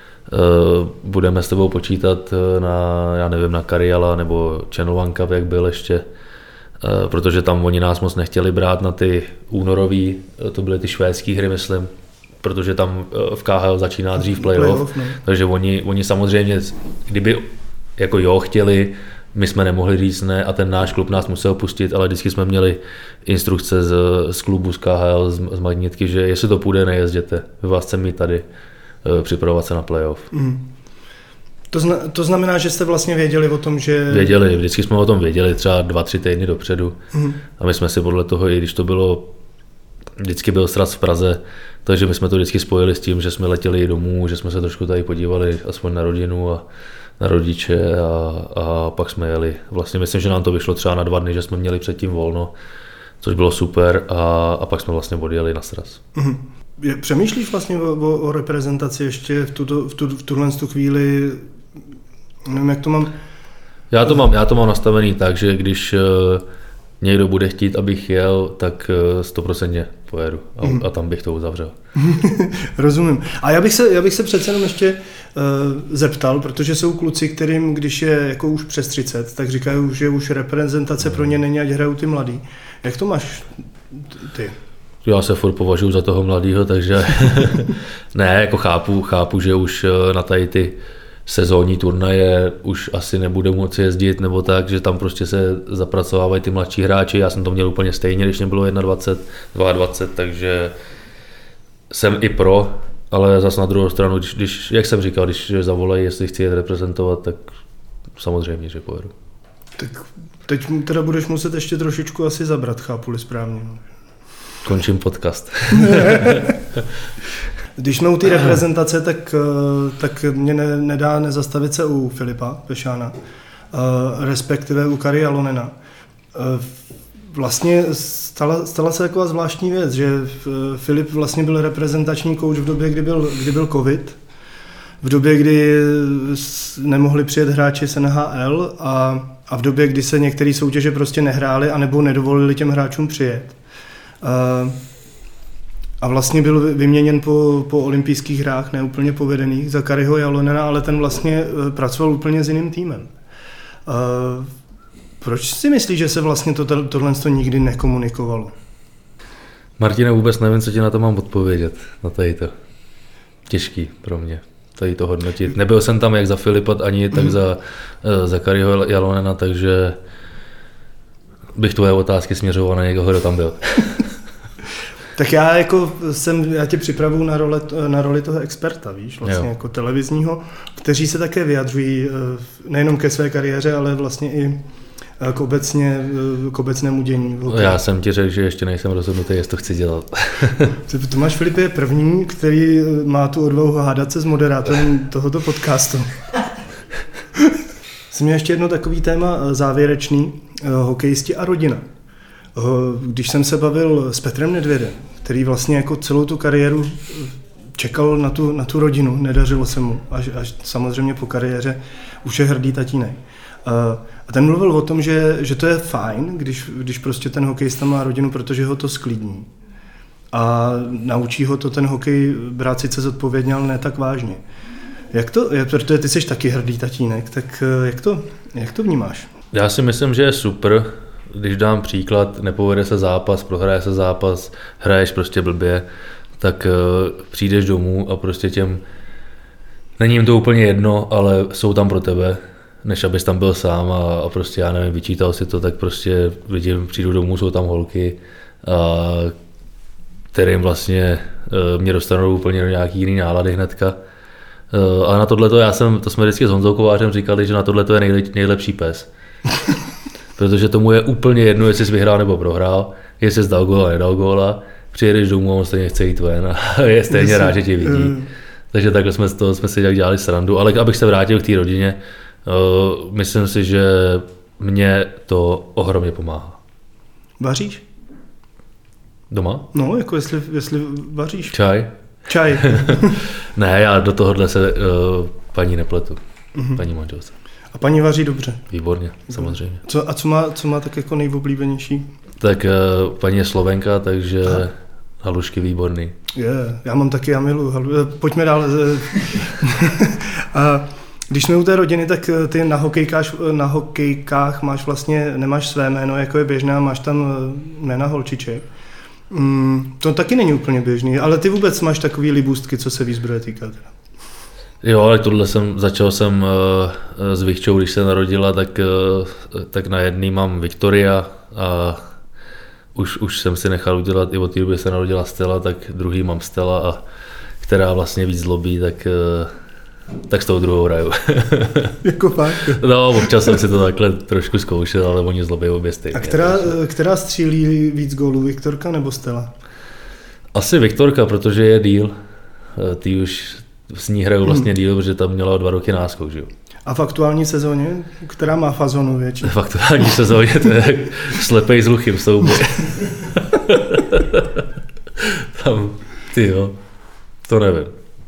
budeme s tebou počítat na, já nevím, na Karjala nebo Channel One Cup, jak byl ještě, protože tam oni nás moc nechtěli brát na ty únorový, to byly ty švédský hry, myslím, protože tam v K H L začíná dřív playoff, playoff no. Takže oni, oni samozřejmě, kdyby jako jo chtěli, my jsme nemohli říct ne a ten náš klub nás musel pustit, ale vždycky jsme měli instrukce z, z klubu, z K H L, z, z Magnitky, že jestli to půjde, nejezděte, vy vás chceme mít tady, připravovat se na playoff. Mm. To, zna, to znamená, že jste vlastně věděli o tom, že... Věděli, vždycky jsme o tom věděli, třeba dva, tři týdny dopředu. Mm. A my jsme si podle toho, i když to bylo, vždycky byl sraz v Praze, takže my jsme to vždycky spojili s tím, že jsme letěli domů, že jsme se trošku tady podívali aspoň na rodinu a na rodiče a, a pak jsme jeli. Vlastně myslím, že nám to vyšlo třeba na dva dny, že jsme měli předtím volno, což bylo super a, a pak jsme vlastně odjeli na sraz. Mm. Přemýšlíš vlastně o, o, o reprezentaci ještě v, tuto, v, tu, v tuhle chvíli, nevím, jak to mám? Já to mám, já to mám nastavený tak, že když uh, někdo bude chtít, abych jel, tak stoprocentně uh, pojedu a, mm. a tam bych to uzavřel. Rozumím. A já bych se, já bych se přece jenom ještě uh, zeptal, protože jsou kluci, kterým, když je jako už přes třicet, tak říkají, že už reprezentace mm. pro ně není, ať hrajou ty mladý. Jak to máš ty? Já se furt považuji za toho mladýho, takže ne, jako chápu, chápu, že už na tady ty sezónní turnaje už asi nebude moci jezdit nebo tak, že tam prostě se zapracovávají ty mladší hráči. Já jsem to měl úplně stejně, když mě bylo dvacet jedna, dvacet dva, takže jsem i pro, ale zase na druhou stranu, když, když, jak jsem říkal, když zavolají, jestli chci jet reprezentovat, tak samozřejmě, že pojedu. Tak teď teda budeš muset ještě trošičku asi zabrat, chápu-li správně. Končím podcast. Když jsme u té reprezentace, tak, tak mě ne, nedá nezastavit se u Filipa Pešána, respektive u Kari Jalonena. Vlastně stala, stala se taková zvláštní věc, že Filip vlastně byl reprezentační kouč v době, kdy byl, kdy byl covid, v době, kdy nemohli přijet hráči z N H L a, a v době, kdy se některé soutěže prostě nehrály anebo nedovolili těm hráčům přijet. A vlastně byl vyměněn po, po olympijských hrách, neúplně povedených, za Kariho Jalonena, ale ten vlastně pracoval úplně s jiným týmem. Proč si myslíš, že se vlastně to, tohle to nikdy nekomunikovalo? Martine, vůbec nevím, co ti na to mám odpovědět, na tady to. Těžký pro mě, tady to hodnotit. Nebyl jsem tam jak za Filipa, ani tak mm. za, za Kariho Jalonena, takže bych tvoje otázky směřoval na někoho, kdo tam byl. Tak já jako jsem, já tě připravuju na, role, na roli toho experta, víš, vlastně jo. jako televizního, kteří se také vyjadřují nejenom ke své kariéře, ale vlastně i k, obecně, k obecnému dění. Já jsem ti řekl, že ještě nejsem rozhodnutý, jestli to chci dělat. Tomáš Filip je první, který má tu odvahu hádat se s moderátorem tohoto podcastu. Jsem měl ještě jedno takový téma závěrečný, hokejisti a rodina. Když jsem se bavil s Petrem Nedvědem, který vlastně jako celou tu kariéru čekal na tu, na tu rodinu, nedařilo se mu, až, až samozřejmě po kariéře už je hrdý tatínek. A ten mluvil o tom, že, že to je fajn, když, když prostě ten hokejista má rodinu, protože ho to sklidní. A naučí ho to ten hokej brát sice zodpovědně, ale ne tak vážně. Jak to, protože ty jsi taky hrdý tatínek, tak jak to, jak to vnímáš? Já si myslím, že je super, když dám příklad, nepovede se zápas, prohraje se zápas, hraješ prostě blbě, tak uh, přijdeš domů a prostě těm, není jim to úplně jedno, ale jsou tam pro tebe, než abys tam byl sám a, a prostě já nevím, vyčítal si to, tak prostě lidi přijdu domů, jsou tam holky, a, kterým vlastně uh, mě dostanou úplně do nějaký jiný nálady hnedka. Uh, ale na tohleto, já jsem, to jsme vždycky s Honzou Kovářem říkali, že na tohleto je nejlep, nejlepší pes. Protože tomu je úplně jedno, jestli jsi vyhrál nebo prohrál, jestli jsi dal góla, nedal góla, přijedeš domů a on stejně chce jít ven a je stejně rád, že tě vidí. Takže takhle jsme, to, jsme si dělali srandu, ale abych se vrátil k té rodině, uh, myslím si, že mě to ohromně pomáhá. Vaříš? Doma? No, jako jestli, jestli vaříš. Čaj? Čaj. Ne, já do tohohle se uh, paní nepletu, mm-hmm. paní manželce. A paní vaří dobře? Výborně, samozřejmě. Co, a co má, co má tak jako nejoblíbenější? Tak uh, paní je Slovenka, takže a? halušky výborný. Je, yeah, já mám taky, já miluji halu. Pojďme dál. A když jsme u té rodiny, tak ty na hokejkách, na hokejkách máš vlastně, nemáš své jméno, jako je běžné, máš tam jména holčiček. Mm, to taky není úplně běžný, ale ty vůbec máš takový libůstky, co se výzbroje týká. Teda. Jo, ale tohle jsem, začal jsem uh, s Vikčou, když se narodila, tak, uh, tak na jedný mám Viktoria a už, už jsem si nechal udělat, i od té doby se narodila Stella, tak druhý mám Stella, a která vlastně víc zlobí, tak, uh, tak s tou druhou hraju. Jako fakt? No, občas jsem si to takhle trošku zkoušel, ale oni zlobí obě stejně. A která, která střílí víc gólů, Viktorka nebo Stella? Asi Viktorka, protože je díl. Ty už s ní hraju vlastně díl, protože tam měla dva roky náskok, že jo. A v aktuální sezóně, která má fazonu větší? V aktuální sezóně to je slepej s hluchým souboj. Tam, ty jo, to nevím.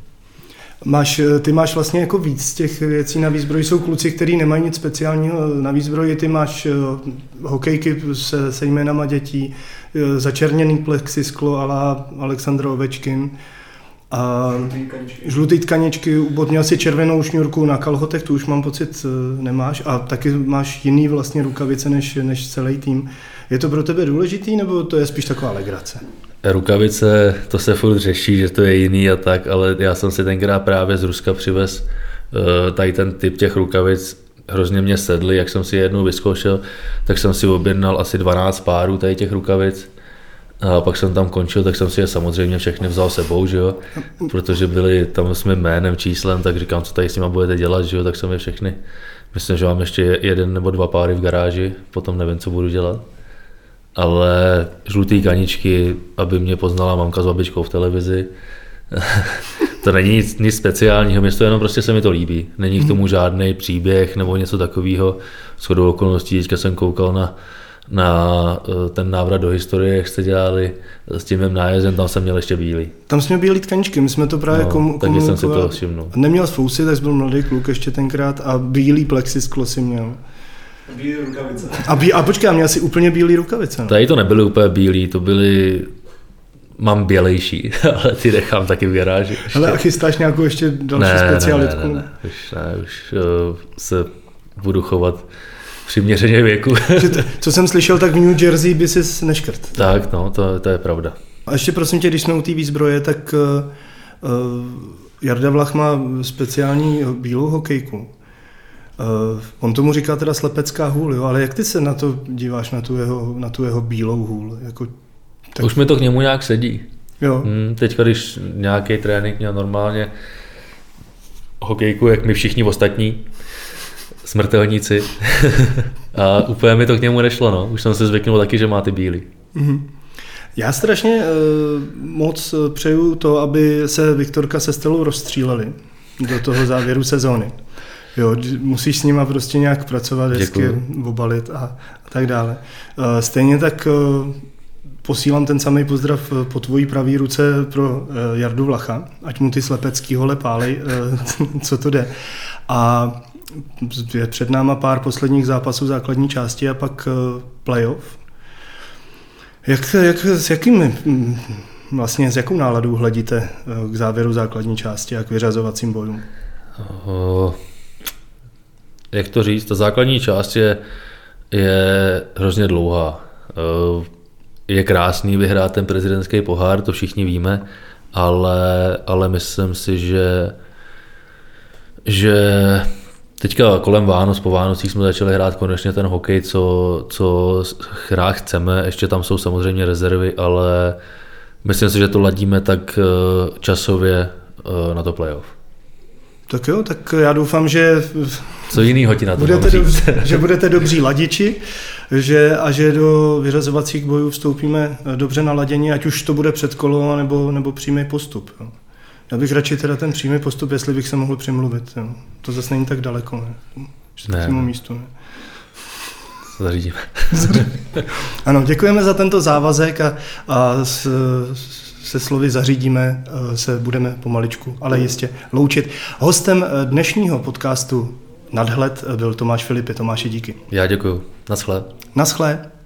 Máš, ty máš vlastně jako víc těch věcí na výzbroji. Jsou kluci, kteří nemají nic speciálního na výzbroji. Ty máš hokejky se, se jménama dětí, začerněný plexisklo a la Aleksandr Ovečkin. A žlutý tkaničky, měl si červenou šňůrku na kalhotech, tu už mám pocit nemáš, a taky máš jiný vlastně rukavice než, než celý tým. Je to pro tebe důležitý, nebo to je spíš taková legrace? Rukavice, to se furt řeší, že to je jiný a tak, ale já jsem si tenkrát právě z Ruska přivez tady ten typ těch rukavic, hrozně mě sedly, jak jsem si jednou vyzkoušel, tak jsem si objednal asi dvanáct párů tady těch rukavic. A pak jsem tam končil, tak jsem si je samozřejmě všechny vzal sebou, že jo, protože byli tam s mým jménem, číslem, tak říkám, co tady s nima budete dělat, že jo, tak jsem je všechny, myslím, že mám ještě jeden nebo dva páry v garáži, potom nevím, co budu dělat, ale žlutý kaničky, aby mě poznala mamka s babičkou v televizi, to není nic, nic speciálního, mě to jenom prostě se mi to líbí, není k tomu žádný příběh nebo něco takového, shodou okolností, teďka jsem koukal na na ten návrat do historie, jak jste dělali s tím mým nájezdem, tam jsem měl ještě bílý. Tam jsme měl bílý tkaničky, my jsme to právě no, komu- komunikovali. Takže jsem si to všimnul. Neměl z fousy, tak jsi byl mladý kluk ještě tenkrát a bílý plexisklo si měl. Bílý rukavice. A, bí- a počkej, měl si úplně bílý rukavice. No? Tady to nebyly úplně bílý, to byly, mám bělejší, ale ty nechám taky v garáži. Ještě. Ale a chystáš nějakou ještě další ne, specialitku? Ne, ne, ne, už, ne, už uh, se budu chovat přiměřeně věku. Co jsem slyšel, tak v New Jersey by si neškrt. Tak, no, to, to je pravda. A ještě prosím tě, když jsme u té výzbroje, tak uh, Jarda Vlach má speciální bílou hokejku. Uh, on tomu říká teda slepecká hůl, jo? Ale jak ty se na to díváš, na tu jeho, na tu jeho bílou hůl? Jako, Tak. Už mi to k němu nějak sedí. Jo. Hmm, teďka, když nějaký trénink měl normálně hokejku, jak my všichni ostatní, smrtelníci. A úplně mi to k němu nešlo, no. Už jsem si zvyknul taky, že má ty bílý. Mm-hmm. Já strašně uh, moc přeju to, aby se Viktorka se Stelou rozstříleli do toho závěru sezóny. Jo, musíš s nima prostě nějak pracovat, hezky obalit a, a tak dále. Uh, stejně tak uh, posílám ten samý pozdrav po tvojí pravý ruce pro uh, Jardu Vlacha, ať mu ty slepecký hole pálej, uh, co to jde. A je před náma pár posledních zápasů základní části a pak uh, playoff. Jak, jak, s jakým, vlastně s jakou náladou hledíte k závěru základní části a k vyřazovacím bojům? Uh, jak to říct, ta základní část je, je hrozně dlouhá. Uh, je krásný vyhrát ten prezidentský pohár, to všichni víme, ale, ale myslím si, že, že teďka kolem Vánoc, po Vánocích jsme začali hrát konečně ten hokej, co, co hrát chceme, ještě tam jsou samozřejmě rezervy, ale myslím si, že to ladíme tak časově na to playoff. Tak jo, tak já doufám, že co jinýho ti na to budete, dobře, že budete dobří ladiči že, a že do vyřazovacích bojů vstoupíme dobře naladění, ať už to bude předkolo nebo, nebo přímý postup. Jo. Já bych radši teda ten přímý postup, jestli bych se mohl přimluvit. Jo. To zase není tak daleko, ne? Ne. Místu, ne? Zařídíme. Ano, děkujeme za tento závazek a, a s, se slovy zařídíme se budeme pomaličku, ale jistě loučit. Hostem dnešního podcastu Nadhled byl Tomáš Filipy. Tomáši, díky. Já děkuju. Naschle. Naschle.